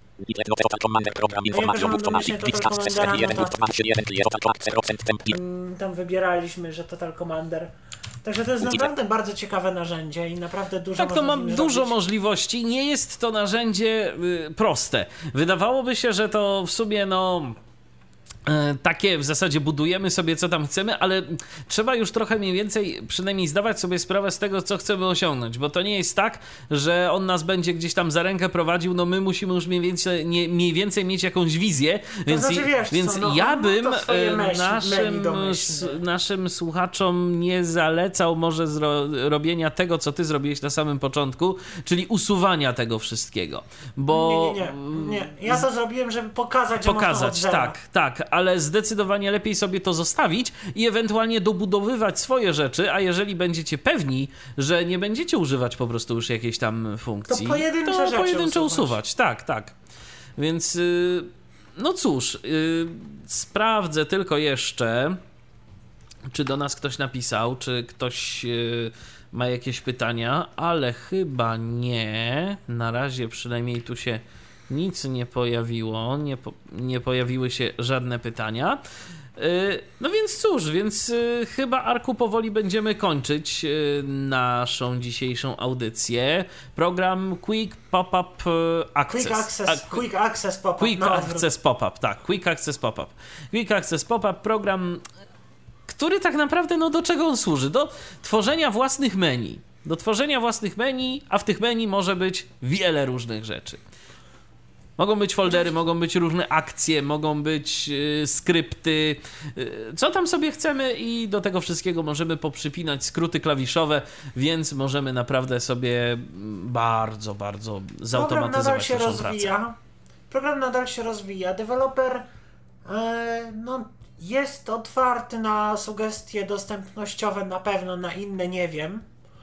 Tam wybieraliśmy, że Total Commander. Także to jest naprawdę bardzo ciekawe narzędzie i naprawdę dużo Tak, to ma dużo robić. możliwości. Nie jest to narzędzie y, proste. Wydawałoby się, że to w sumie no... takie w zasadzie budujemy sobie co tam chcemy, ale trzeba już trochę mniej więcej przynajmniej zdawać sobie sprawę z tego, co chcemy osiągnąć, bo to nie jest tak, że on nas będzie gdzieś tam za rękę prowadził, no my musimy już mniej więcej, nie, mniej więcej mieć jakąś wizję, więc, to znaczy, wiesz, więc co, no, ja bym myśl, naszym, naszym słuchaczom nie zalecał może zro, robienia tego, co ty zrobiłeś na samym początku, czyli usuwania tego wszystkiego, bo... Nie, nie, nie. nie. Ja to zrobiłem, żeby pokazać, że pokazać, tak, tak, ale zdecydowanie lepiej sobie to zostawić i ewentualnie dobudowywać swoje rzeczy, a jeżeli będziecie pewni, że nie będziecie używać po prostu już jakiejś tam funkcji, to pojedyncze, to rzeczy pojedyncze usuwać. usuwać. Tak, tak. Więc yy, no cóż, yy, sprawdzę tylko jeszcze, czy do nas ktoś napisał, czy ktoś yy, ma jakieś pytania, ale chyba nie. Na razie przynajmniej tu się nic nie pojawiło, nie, po, nie pojawiły się żadne pytania. Yy, no więc cóż, więc yy, chyba, Arku, powoli będziemy kończyć yy, naszą dzisiejszą audycję. Program Quick Pop-Up Access. Quick Access, A, Quick Access Pop-Up. Quick no, Access Pop-Up, tak. Quick Access Pop-Up. Quick Access Pop-Up, program, który tak naprawdę, no do czego on służy? Do tworzenia własnych menu. Do tworzenia własnych menu, a w tych menu może być wiele różnych rzeczy. Mogą być foldery, mogą być różne akcje, mogą być yy, skrypty, yy, co tam sobie chcemy i do tego wszystkiego możemy poprzypinać skróty klawiszowe, więc możemy naprawdę sobie bardzo, bardzo zautomatyzować naszą pracę. Program nadal się rozwija, program nadal się rozwija, deweloper yy, no, jest otwarty na sugestie dostępnościowe na pewno, na inne nie wiem.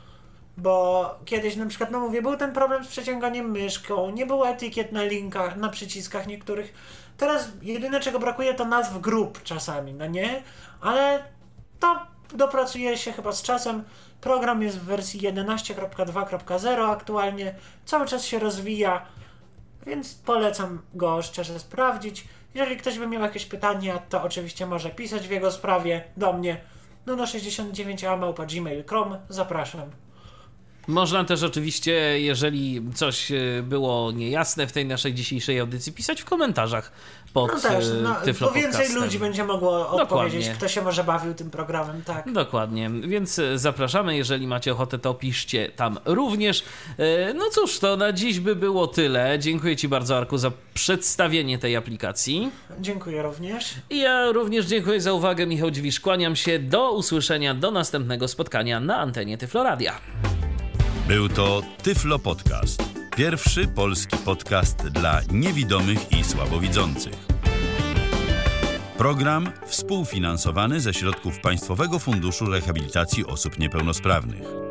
Bo kiedyś na przykład, no mówię, był ten problem z przeciąganiem myszką, nie było etykiet na linkach, na przyciskach niektórych. Teraz jedyne czego brakuje to nazw grup czasami, no nie? Ale to dopracuje się chyba z czasem. Program jest w wersji jedenaście kropka dwa kropka zero aktualnie, cały czas się rozwija, więc polecam go szczerze sprawdzić. Jeżeli ktoś by miał jakieś pytania, to oczywiście może pisać w jego sprawie do mnie nuno sześćdziesiąt dziewięć a małpa gmail kropka com. Zapraszam. Można też oczywiście, jeżeli coś było niejasne w tej naszej dzisiejszej audycji, pisać w komentarzach pod no też, no, Tyflo bo więcej Podcastem. ludzi będzie mogło odpowiedzieć, Dokładnie. Kto się może bawił tym programem, tak. Dokładnie, więc zapraszamy, jeżeli macie ochotę, to piszcie tam również. No cóż, to na dziś by było tyle. Dziękuję Ci bardzo, Arku, za przedstawienie tej aplikacji. Dziękuję również. I ja również dziękuję za uwagę, Michał Dziwisz, kłaniam się, do usłyszenia, do następnego spotkania na antenie Tyflo Radia. Był to Tyflo Podcast. Pierwszy polski podcast dla niewidomych i słabowidzących. Program współfinansowany ze środków Państwowego Funduszu Rehabilitacji Osób Niepełnosprawnych.